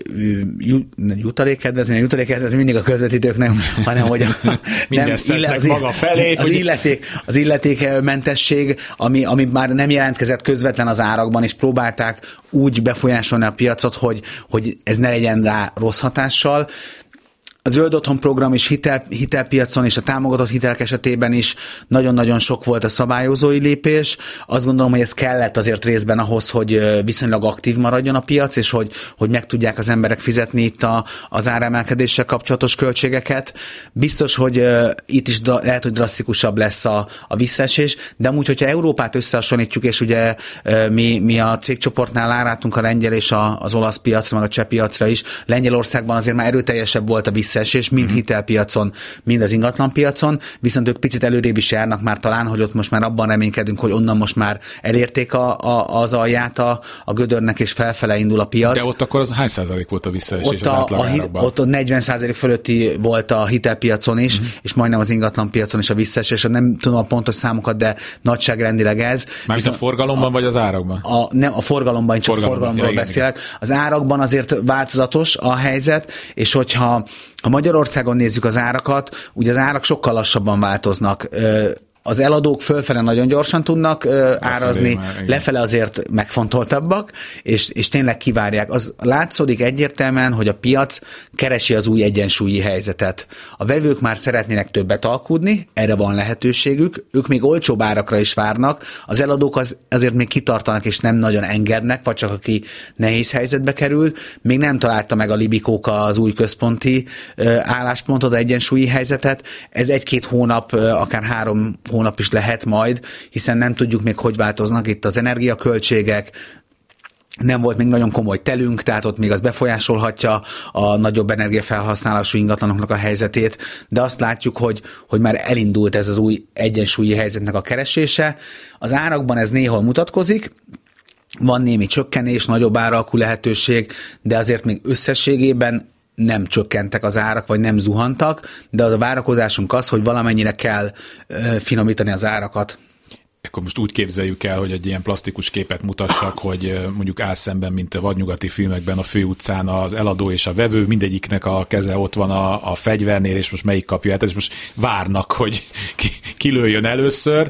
jutalékkedvezmény, jutalékkedvezmény mindig a közvetítőknek, hanem hogy a, minden szednek maga felé. Az, hogy... illeték, az illetékmentesség, ami, ami már nem jelentkezett közvetlen az árakban, és próbálták úgy befolyásolni a piacot, hogy, hogy ez ne legyen rá rossz hatással. A zöld otthon program is hitel, hitelpiacon és a támogatott hitelek esetében is nagyon-nagyon sok volt a szabályozói lépés. Azt gondolom, hogy ez kellett azért részben ahhoz, hogy viszonylag aktív maradjon a piac, és hogy, hogy meg tudják az emberek fizetni itt a, az áremelkedéssel kapcsolatos költségeket. Biztos, hogy uh, itt is dra- lehet, hogy drasztikusabb lesz a, a visszaesés, de amúgy, hogyha Európát összehasonlítjuk, és ugye uh, mi, mi a cégcsoportnál árátunk a lengyel és a, az olasz piacra, meg a cseh piacra is, Lengyelországban azért már erőteljesebb volt a visszaesés, és mind uh-huh. hitelpiacon, mind az ingatlanpiacon, viszont ők picit előrébb is járnak már talán, hogy ott most már abban reménykedünk, hogy onnan most már elérték a, a, az alját a, a gödörnek, és felfele indul a piac. De ott akkor az hány százalék volt a visszaesés az átlagárakban? Ott a negyven százalék fölötti volt a hitelpiacon is, uh-huh. és majdnem az ingatlanpiacon is a visszaesés. Nem tudom a pontos számokat, de nagyságrendileg ez. Már a forgalomban, a, vagy az árakban? A, nem, a forgalomban, csak forgalomban, forgalomról ja, beszélek. Igen. Az árakban azért változatos a helyzet, és hogyha ha Magyarországon nézzük az árakat, ugye az árak sokkal lassabban változnak. Az eladók fölfele nagyon gyorsan tudnak ö, árazni, már, lefele azért megfontoltabbak, és, és tényleg kivárják. Az látszódik egyértelműen, hogy a piac keresi az új egyensúlyi helyzetet. A vevők már szeretnének többet alkudni, erre van lehetőségük, ők még olcsóbb árakra is várnak, az eladók az, azért még kitartanak és nem nagyon engednek, vagy csak aki nehéz helyzetbe került, még nem találta meg a Libikóka az új központi ö, álláspontot, az egyensúlyi helyzetet. Ez egy-két hónap, ö, akár három hónap is lehet majd, hiszen nem tudjuk még, hogy változnak itt az energiaköltségek, nem volt még nagyon komoly telünk, tehát ott még az befolyásolhatja a nagyobb energiafelhasználású ingatlanoknak a helyzetét, de azt látjuk, hogy, hogy már elindult ez az új egyensúlyi helyzetnek a keresése. Az árakban ez néhol mutatkozik, van némi csökkenés, nagyobb áralkú lehetőség, de azért még összességében nem csökkentek az árak, vagy nem zuhantak, de az a várakozásunk az, hogy valamennyire kell finomítani az árakat. Akkor most úgy képzeljük el, hogy egy ilyen plastikus képet mutassak, hogy mondjuk áll szemben, mint a vadnyugati filmekben a főutcán az eladó és a vevő, mindegyiknek a keze ott van a, a fegyvernél, és most melyik kapja el, és most várnak, hogy ki, kilőjön először,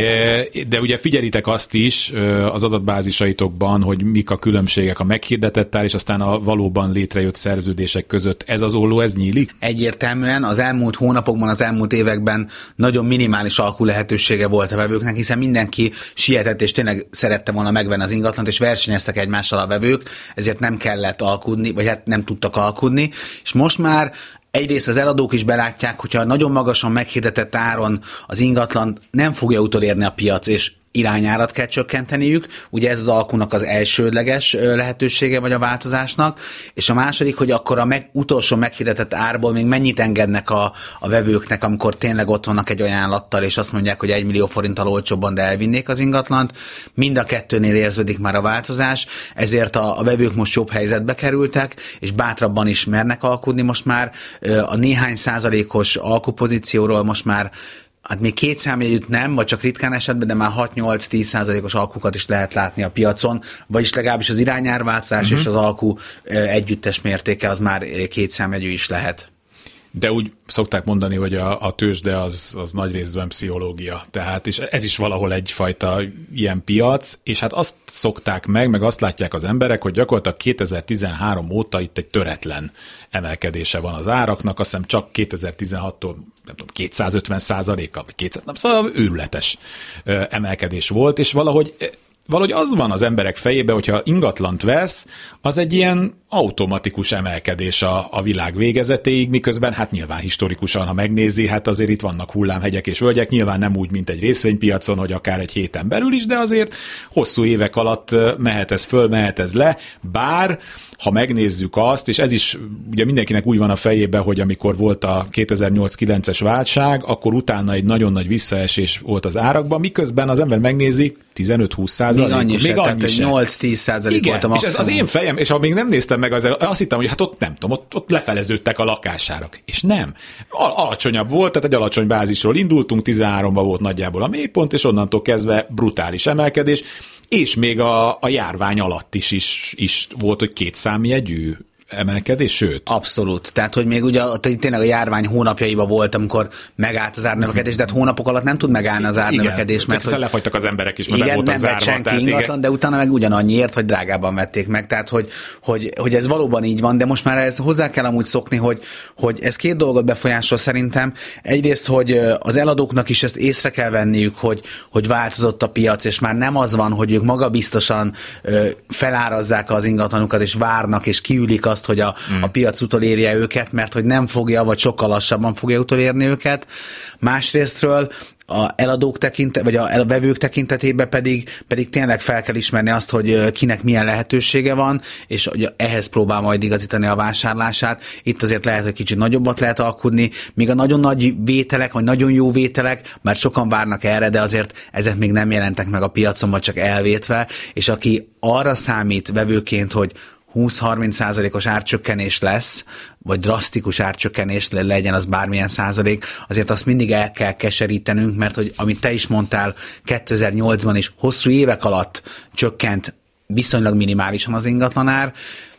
de ugye figyelitek azt is az adatbázisaitokban, hogy mik a különbségek a meghirdetett ár, és aztán a valóban létrejött szerződések között. Ez az olló, ez nyílik? Egyértelműen az elmúlt hónapokban, az elmúlt években nagyon minimális alkú lehetősége volt a vevőknek, hiszen mindenki sietett, és tényleg szerette volna megvenni az ingatlant, és versenyeztek egymással a vevők, ezért nem kellett alkudni, vagy hát nem tudtak alkudni, és most már egyrészt az eladók is belátják, hogyha nagyon magasan meghirdetett áron az ingatlan nem fogja utolérni a piac, és irányárat kell csökkenteniük, ugye ez az alkunak az elsődleges lehetősége vagy a változásnak, és a második, hogy akkor a meg, utolsó meghirdetett árból még mennyit engednek a, a vevőknek, amikor tényleg ott vannak egy ajánlattal, és azt mondják, hogy egy millió forinttal olcsóbban, de elvinnék az ingatlant. Mind a kettőnél érződik már a változás, ezért a, a vevők most jobb helyzetbe kerültek, és bátrabban is mernek alkudni most már. A néhány százalékos alkupozícióról most már hát még két számjegyűt nem, vagy csak ritkán esetben, de már hat-nyolc-tíz százalékos alkukat is lehet látni a piacon, vagyis legalábbis az irányárváltozás uh-huh. és az alku együttes mértéke az már két számjegyű is lehet. De úgy szokták mondani, hogy a, a tőzsde az, az nagy részben pszichológia. Tehát és ez is valahol egyfajta ilyen piac, és hát azt szokták meg, meg azt látják az emberek, hogy gyakorlatilag kétezer-tizenhárom óta itt egy töretlen emelkedése van az áraknak, azt hiszem csak kétezer-tizenhattól nem tudom, kétszázötven százaléka, vagy kétszáz, nem, szóval őrületes emelkedés volt, és valahogy Valahogy az van az emberek fejében, hogyha ingatlant vesz, az egy ilyen automatikus emelkedés a, a világ végezetéig, miközben hát nyilván historikusan, ha megnézi, hát azért itt vannak hullámhegyek és völgyek, nyilván nem úgy, mint egy részvénypiacon, hogy akár egy héten belül is, de azért hosszú évek alatt mehet ez föl, mehet ez le, bár ha megnézzük azt, és ez is ugye mindenkinek úgy van a fejében, hogy amikor volt a kétezer-nyolc-kilences válság, akkor utána egy nagyon nagy visszaesés volt az árakban, miközben az ember megnézi, tizenöt-húsz százalék. Még annyi, még annyi sem. nyolc-tíz százalék volt a maximum. És ez az én fejem, és amíg nem néztem meg, az, azt hittem, hogy hát ott nem tudom, ott, ott lefeleződtek a lakásárak. És nem. Al- alacsonyabb volt, tehát egy alacsony bázisról indultunk, tizenháromban volt nagyjából a mélypont, és onnantól kezdve brutális emelkedés, és még a, a járvány alatt is, is, is volt, hogy két számjegyű emelkedés, sőt. Abszolút. Tehát, hogy még ugye tényleg a járvány hónapjaiban volt, amikor megállt az árnövekedés, de hát hónapok alatt nem tud megállni az árnövekedés, igen, mert hogy lefagytak az emberek is, mert igen, meg voltak nem zárva. senki ingatlan, igen. De utána meg ugyanannyiért, vagy drágában vették meg. Tehát, hogy, hogy, hogy ez valóban így van, de most már ez hozzá kell amúgy szokni, hogy, hogy ez két dolgot befolyásol szerintem. Egyrészt, hogy az eladóknak is ezt észre kell venniük, hogy, hogy változott a piac, és már nem az van, hogy ők magabiztosan felárazzák az ingatlanukat, és várnak, és kiülik azt, hogy a, hmm. a piac utolérje őket, mert hogy nem fogja, vagy sokkal lassabban fogja utolérni őket. Másrésztről a eladók tekintet, vagy a vevők tekintetében pedig, pedig tényleg fel kell ismerni azt, hogy kinek milyen lehetősége van, és hogy ehhez próbál majd igazítani a vásárlását. Itt azért lehet, hogy kicsit nagyobbat lehet alkudni, míg a nagyon nagy vételek, vagy nagyon jó vételek, mert sokan várnak erre, de azért ezek még nem jelentek meg a piacon, vagy csak elvétve, és aki arra számít vevőként, hogy húsz-harminc százalékos árcsökkenés lesz, vagy drasztikus árcsökkenés legyen az bármilyen százalék, azért azt mindig el kell keserítenünk, mert hogy amit te is mondtál, kétezer-nyolcban is hosszú évek alatt csökkent viszonylag minimálisan az ingatlanár,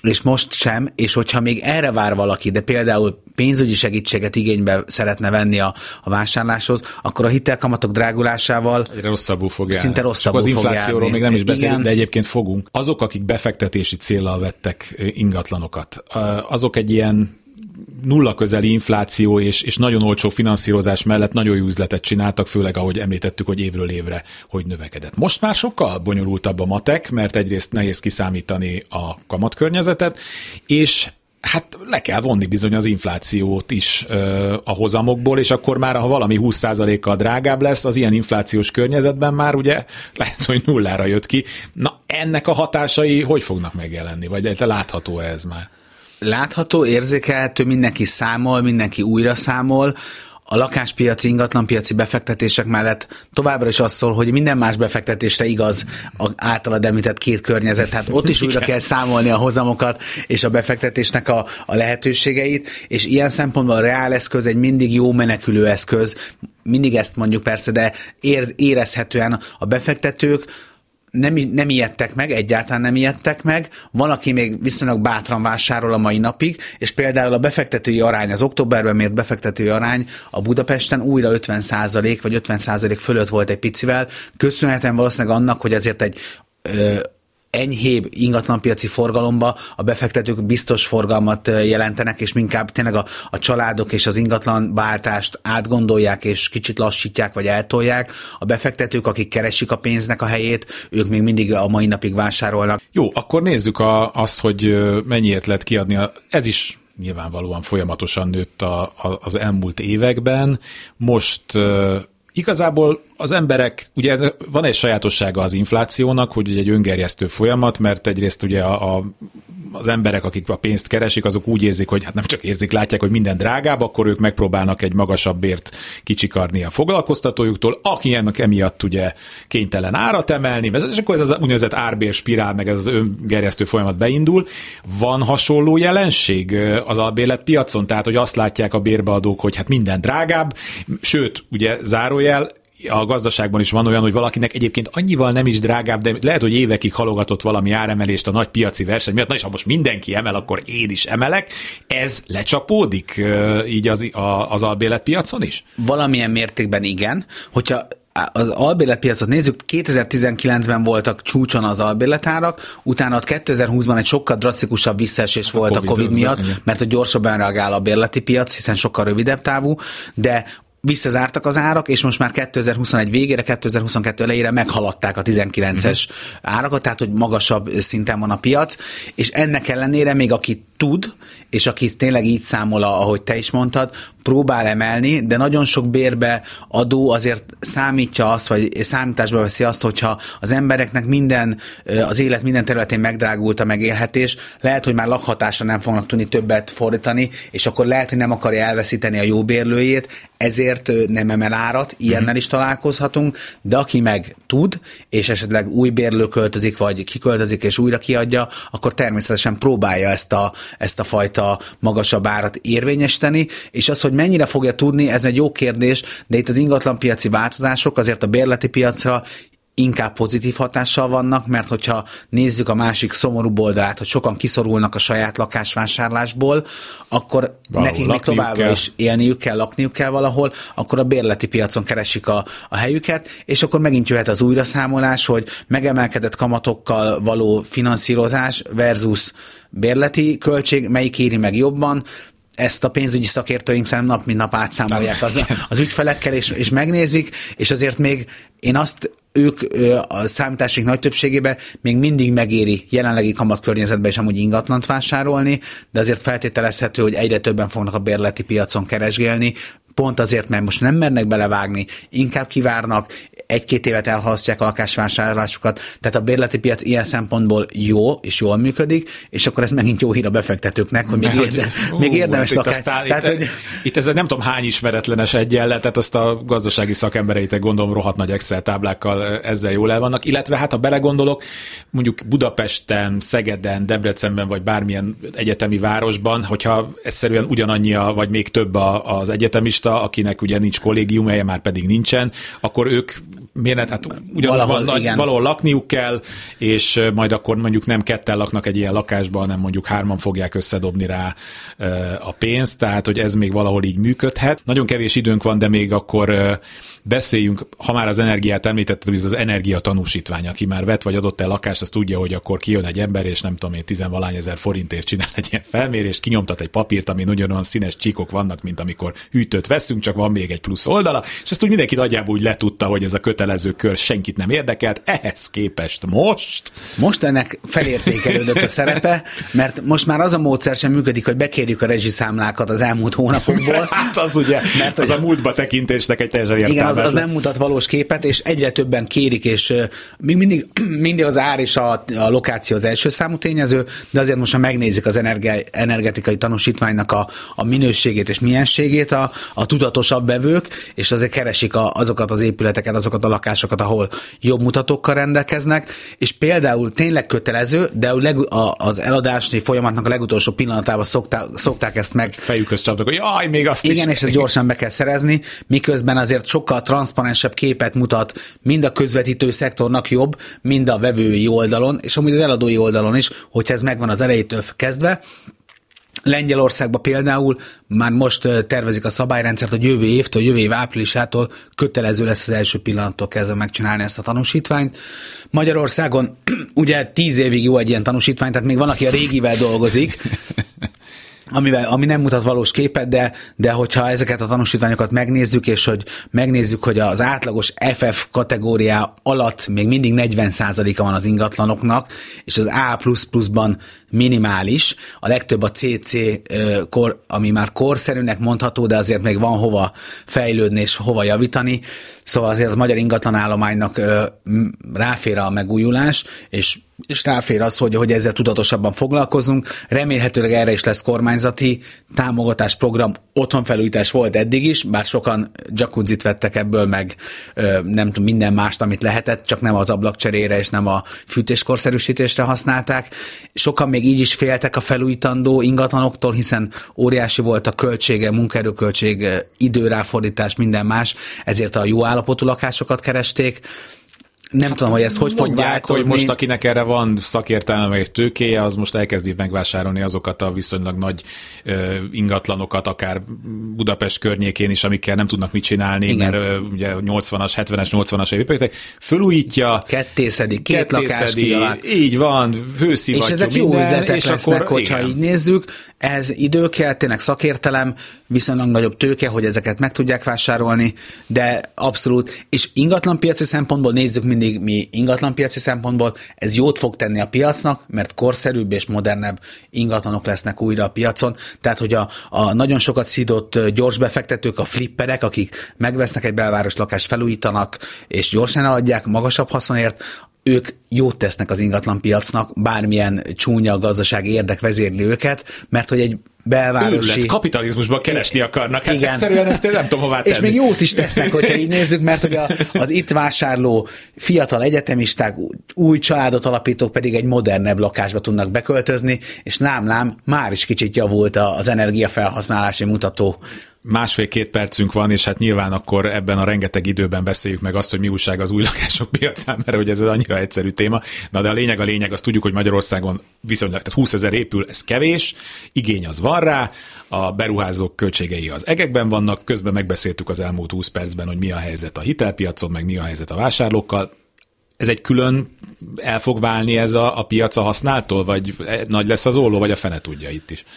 és most sem, és hogyha még erre vár valaki, de például pénzügyi segítséget igénybe szeretne venni a, a vásárláshoz, akkor a hitelkamatok drágulásával egyre rosszabbul fog járni. Szinte rosszabbul az fog inflációról járni. még nem is beszélünk, Igen. de egyébként fogunk. Azok, akik befektetési céllal vettek ingatlanokat, azok egy ilyen nulla közeli infláció és, és nagyon olcsó finanszírozás mellett nagyon jó üzletet csináltak, főleg ahogy említettük, hogy évről évre hogy növekedett. Most már sokkal bonyolultabb a matek, mert egyrészt nehéz kiszámítani a kamatkörnyezetet, és hát le kell vonni bizony az inflációt is ö, a hozamokból, és akkor már, ha valami húsz százalékkal drágább lesz, az ilyen inflációs környezetben már ugye lehet, hogy nullára jött ki. Na, ennek a hatásai hogy fognak megjelenni? Vagy látható ez már? Látható, érzékelhető, mindenki számol, mindenki újra számol. A lakáspiaci, ingatlanpiaci befektetések mellett továbbra is az szól, hogy minden más befektetésre igaz az általad említett két környezet, hát ott is újra kell számolni a hozamokat és a befektetésnek a, a lehetőségeit, és ilyen szempontból a reáleszköz egy mindig jó menekülő eszköz, mindig ezt mondjuk persze, de ér, érezhetően a befektetők Nem, nem ijedtek meg, egyáltalán nem ijedtek meg. Van, aki még viszonylag bátran vásárol a mai napig, és például a befektetői arány, az októberben mért befektetői arány a Budapesten újra ötven százalék, vagy ötven százalék fölött volt egy picivel, köszönhetően valószínűleg annak, hogy ezért egy ö, enyhébb ingatlanpiaci forgalomba a befektetők biztos forgalmat jelentenek, és inkább tényleg a, a családok és az ingatlanváltást átgondolják, és kicsit lassítják, vagy eltolják. A befektetők, akik keresik a pénznek a helyét, ők még mindig a mai napig vásárolnak. Jó, akkor nézzük a, azt, hogy mennyiért lehet kiadni. Ez is nyilvánvalóan folyamatosan nőtt a, a, az elmúlt években. Most igazából az emberek, ugye van egy sajátossága az inflációnak, hogy ugye egy öngerjesztő folyamat, mert egyrészt ugye a, a, az emberek, akik a pénzt keresik, azok úgy érzik, hogy hát nem csak érzik, látják, hogy minden drágább, akkor ők megpróbálnak egy magasabb bért kicsikarni a foglalkoztatójuktól, aki ennek emiatt ugye kénytelen árat emelni, és akkor ez az úgynevezett árbér spirál, meg ez az öngerjesztő folyamat beindul. Van hasonló jelenség az albérletpiacon, tehát hogy azt látják a bérbeadók, hogy hát minden drágább, sőt, ugye zárójel, a gazdaságban is van olyan, hogy valakinek egyébként annyival nem is drágább, de lehet, hogy évekig halogatott valami áremelést a nagy piaci verseny miatt, na és ha most mindenki emel, akkor én is emelek. Ez lecsapódik így az, az albérletpiacon is? Valamilyen mértékben igen. Hogyha az albérletpiacot nézzük, kétezer-tizenkilencben voltak csúcson az albérletárak, utána kétezer-húszban egy sokkal drasztikusabb visszaesés hát volt a Covid, a COVID miatt, igen. Mert hogy gyorsabban reagál a bérleti piac, hiszen sokkal rövidebb távú, de visszazártak az árak, és most már kétezer-huszonegy végére, kétezer-huszonkettő elejére meghaladták a tizenkilences uh-huh. árakat, tehát hogy magasabb szinten van a piac, és ennek ellenére még aki tud, és aki tényleg így számol, ahogy te is mondtad, próbál emelni, de nagyon sok bérbe adó azért számítja azt, vagy számításba veszi azt, hogyha az embereknek minden, az élet minden területén megdrágult a megélhetés, lehet, hogy már lakhatásra nem fognak tudni többet fordítani, és akkor lehet, hogy nem akarja elveszíteni a jó bérlőjét, ezért nem emel árat, ilyennel is találkozhatunk, de aki meg tud, és esetleg új bérlő költözik, vagy kiköltözik és újra kiadja, akkor természetesen próbálja ezt a, ezt a fajta magasabb árat érvényesíteni, és az, hogy mennyire fogja tudni, ez egy jó kérdés, de itt az ingatlanpiaci változások azért a bérleti piacra inkább pozitív hatással vannak, mert hogyha nézzük a másik szomorú oldalát, hogy sokan kiszorulnak a saját lakásvásárlásból, akkor valahol nekik még továbbra kell. is élniük kell, lakniuk kell valahol, akkor a bérleti piacon keresik a, a helyüket, és akkor megint jöhet az újraszámolás, hogy megemelkedett kamatokkal való finanszírozás versus bérleti költség, melyik éri meg jobban. Ezt a pénzügyi szakértőink szerintem nap mint nap átszámolják az, az ügyfelekkel, és, és megnézik, és azért még én azt ők a számításaik nagy többségében még mindig megéri jelenlegi kamatkörnyezetben is amúgy ingatlant vásárolni, de azért feltételezhető, hogy egyre többen fognak a bérleti piacon keresgélni, pont azért, mert most nem mernek belevágni, inkább kivárnak, egy-két évet elhalasztják a lakásvásárlásukat, tehát a bérleti piac ilyen szempontból jó és jól működik, és akkor ez megint jó hír a befektetőknek, hogy még, érde, hogy, még érdemes lakás. Itt, tehát, itt, hogy... itt ez nem tudom hány ismeretlenes egyenlet, tehát azt a gazdasági szakembereitek gondolom rohadt nagy Excel táblákkal ezzel jól el vannak, illetve hát ha belegondolok, mondjuk Budapesten, Szegeden, Debrecenben vagy bármilyen egyetemi városban, hogyha egyszerűen ugyanannyi a, vagy még több a, az egyetemista, akinek ugye nincs kollégiumhelye, már pedig nincsen, akkor ők miért hát ugyanúgy valahol, van, nagy, valahol lakniuk kell, és majd akkor mondjuk nem ketten laknak egy ilyen lakásban, hanem mondjuk hárman fogják összedobni rá a pénzt, tehát hogy ez még valahol így működhet. Nagyon kevés időnk van, de még akkor beszéljünk, ha már az energiát említetted, ez az energiatanúsítvány, aki már vett vagy adott el lakást, az tudja, hogy akkor kijön egy ember, és nem tudom én, tizenvalány ezer forintért csinál egy ilyen felmérést, kinyomtat egy papírt, amin ugyanolyan színes csíkok vannak, mint amikor hűtőt veszünk, csak van még egy plusz oldala, és ezt úgy mindenki nagyjából úgy letudta, hogy ez a kötelező kör senkit nem érdekelt, ehhez képest most... Most ennek felértékelődött a szerepe, mert most már az a módszer sem működik, hogy bekérjük a rezsiszámlákat az elmúlt hónapokból. Hát az ugye, mert az a múltba tekintésnek egy teljesen értelmetlen. Igen, az, az nem mutat valós képet, és egyre többen kérik, és uh, még mindig, mindig az ár és a, a lokáció az első számú tényező, de azért most már megnézik az energia, energetikai tanúsítványnak a, a minőségét és mienségét a, a tudatosabb vevők, és azért keresik a, azokat az épületeket, azokat a lakásokat, ahol jobb mutatókkal rendelkeznek, és például tényleg kötelező, de a leg, a, az eladási folyamatnak a legutolsó pillanatában szokták, szokták ezt meg. Fejükhöz csaptak, hogy jaj, még azt igen, is. Igen, és ezt gyorsan be kell szerezni, miközben azért sokkal transzparensebb képet mutat mind a közvetítő szektornak jobb, mind a vevői oldalon, és amúgy az eladói oldalon is, hogyha ez megvan az elejétől kezdve. Lengyelországban például már most tervezik a szabályrendszert, hogy jövő évtől, jövő év áprilisától kötelező lesz az első pillanattól kezdve megcsinálni ezt a tanúsítványt. Magyarországon ugye tíz évig jó egy ilyen tanúsítvány, tehát még van, aki a régivel dolgozik, amivel, ami nem mutat valós képet, de, de hogyha ezeket a tanúsítványokat megnézzük, és hogy megnézzük, hogy az átlagos ef ef kategóriá alatt még mindig negyven százaléka van az ingatlanoknak, és az A plusz pluszban minimális, a legtöbb a cé cé, kor, ami már korszerűnek mondható, de azért még van hova fejlődni és hova javítani, szóval azért a magyar ingatlanállománynak ráfér a megújulás, és és ráfér az, hogy, hogy ezzel tudatosabban foglalkozunk. Remélhetőleg erre is lesz kormányzati támogatásprogram. Otthonfelújítás volt eddig is, bár sokan jacuzzit vettek ebből, meg nem tudom, minden mást, amit lehetett, csak nem az ablakcserére és nem a fűtéskorszerűsítésre használták. Sokan még így is féltek a felújítandó ingatlanoktól, hiszen óriási volt a költsége, munkaerőköltség, időráfordítás, minden más, ezért a jó állapotú lakásokat keresték. Nem hát tudom, hogy ez hogy fog változni. Hogy most akinek erre van szakértelme, meg tőkéje, az most elkezdi megvásárolni azokat a viszonylag nagy uh, ingatlanokat, akár Budapest környékén is, amikkel nem tudnak mit csinálni, igen. Mert uh, ugye nyolcvanas, hetvenes, nyolcvanas épületek, fölújítja, kettészedik, két lakás kialak. Így van, hőszivattyú, és ezek minden, jó üzletek és lesznek, akkor, hogyha igen. Így nézzük, ez idő kell, tényleg szakértelem, viszonylag nagyobb tőke, hogy ezeket meg tudják vásárolni, de abszolút, és ingatlanpiaci szempontból nézzük mindig mi ingatlanpiaci szempontból, ez jót fog tenni a piacnak, mert korszerűbb és modernebb ingatlanok lesznek újra a piacon, tehát hogy a, a nagyon sokat szidott gyors befektetők, a flipperek, akik megvesznek egy belváros lakást, felújítanak, és gyorsan eladják magasabb haszonért, ők jót tesznek az ingatlanpiacnak, bármilyen csúnya gazdasági érdek vezérli őket, mert hogy egy belvárosi... Őrület, kapitalizmusban keresni akarnak. Hát igen. Egyszerűen ezt én nem tudom hová tenni. És még jót is tesznek, hogyha így nézzük, mert hogy a, az itt vásárló fiatal egyetemisták, új családot alapítók pedig egy modernebb lakásba tudnak beköltözni, és lám-lám, már is kicsit javult az energiafelhasználási mutató. Másfél-két percünk van, és hát nyilván akkor ebben a rengeteg időben beszéljük meg azt, hogy mi újság az új lakások piacán, mert hogy ez annyira egyszerű téma. Na de a lényeg a lényeg, azt tudjuk, hogy Magyarországon viszonylag, tehát húszezer épül, ez kevés, igény az van rá, a beruházók költségei az egekben vannak, közben megbeszéltük az elmúlt húsz percben, hogy mi a helyzet a hitelpiacon, meg mi a helyzet a vásárlókkal. Ez egy külön el fog válni ez a, a piac a használtól, vagy nagy lesz az olló, vagy a fene tudja itt is?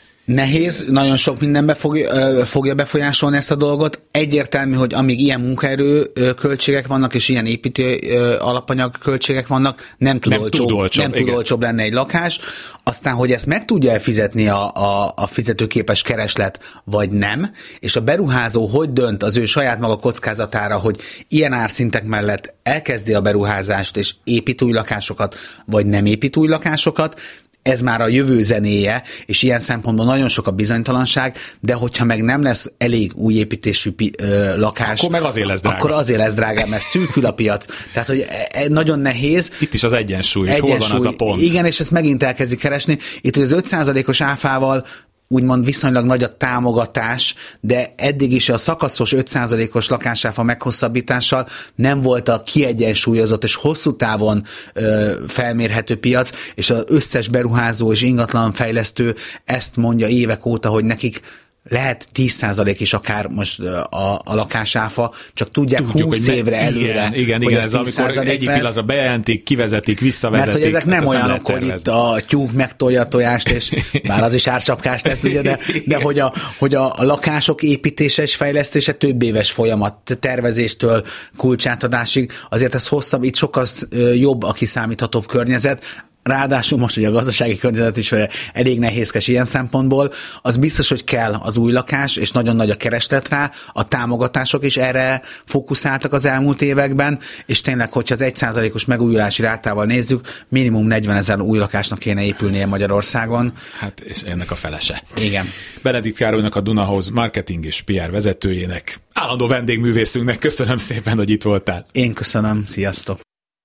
Nehéz, nagyon sok mindenbe fog, fogja befolyásolni ezt a dolgot. Egyértelmű, hogy amíg ilyen munkaerő költségek vannak, és ilyen építő alapanyag költségek vannak, nem tud, nem olcsóbb, tud, olcsóbb, nem tud olcsóbb lenne egy lakás. Aztán, hogy ezt meg tudja elfizetni a, a, a fizetőképes kereslet, vagy nem, és a beruházó hogy dönt az ő saját maga kockázatára, hogy ilyen árszintek mellett elkezdi a beruházást, és épít új lakásokat, vagy nem épít új lakásokat, ez már a jövő zenéje, és ilyen szempontból nagyon sok a bizonytalanság, de hogyha meg nem lesz elég új építésű pi- ö, lakás, akkor meg azért lesz drága. Akkor azért lesz drága, mert szűkül a piac. Tehát, hogy nagyon nehéz. Itt is az egyensúly, egyensúly. Hol van az a pont? Igen, és ezt megint elkezdik keresni. Itt az öt százalékos áfával úgymond viszonylag nagy a támogatás, de eddig is a szakaszos öt százalékos lakásáfa meghosszabbítással nem volt a kiegyensúlyozott és hosszú távon ö, felmérhető piac, és az összes beruházó és ingatlanfejlesztő ezt mondja évek óta, hogy nekik lehet tíz százalék is akár most a, a lakásáfa, csak tudják Tudjuk, húsz évre me- előre. Igen, igen, igen ez amikor egyik pillanatra bejelentik, kivezetik, visszavezetik. Mert hogy ezek nem olyanok, hogy itt a tyúk megtolja a tojást, és bár az is ársapkás tesz, ugye, de, de hogy, a, hogy a, a lakások építése és fejlesztése több éves folyamat, tervezéstől kulcsátadásig, azért ez hosszabb, itt sokkal jobb a kiszámíthatóbb környezet. Ráadásul most ugye a gazdasági környezet is elég nehézkes ilyen szempontból, az biztos, hogy kell az új lakás, és nagyon nagy a kereslet rá, a támogatások is erre fókuszáltak az elmúlt években, és tényleg, hogyha az egy százalékos megújulási rátával nézzük, minimum negyvenezer új lakásnak kéne épülnie Magyarországon. Hát, és ennek a felese. Igen. Benedikt Károlynak, a Dunahouse marketing és pé er vezetőjének, állandó vendégművészünknek köszönöm szépen, hogy itt voltál. Én köszönöm, sziasztok!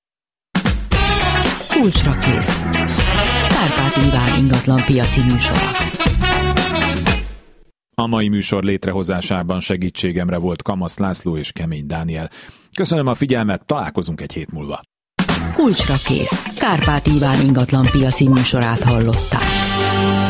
Kulcsra kész. Kárpáti Iván ingatlan piaci műsora. A mai műsor létrehozásában segítségemre volt Kamasz László és Kemény Dániel. Köszönöm a figyelmet, találkozunk egy hét múlva. Kulcsra kész. Kárpáti Iván ingatlan piaci műsorát hallották.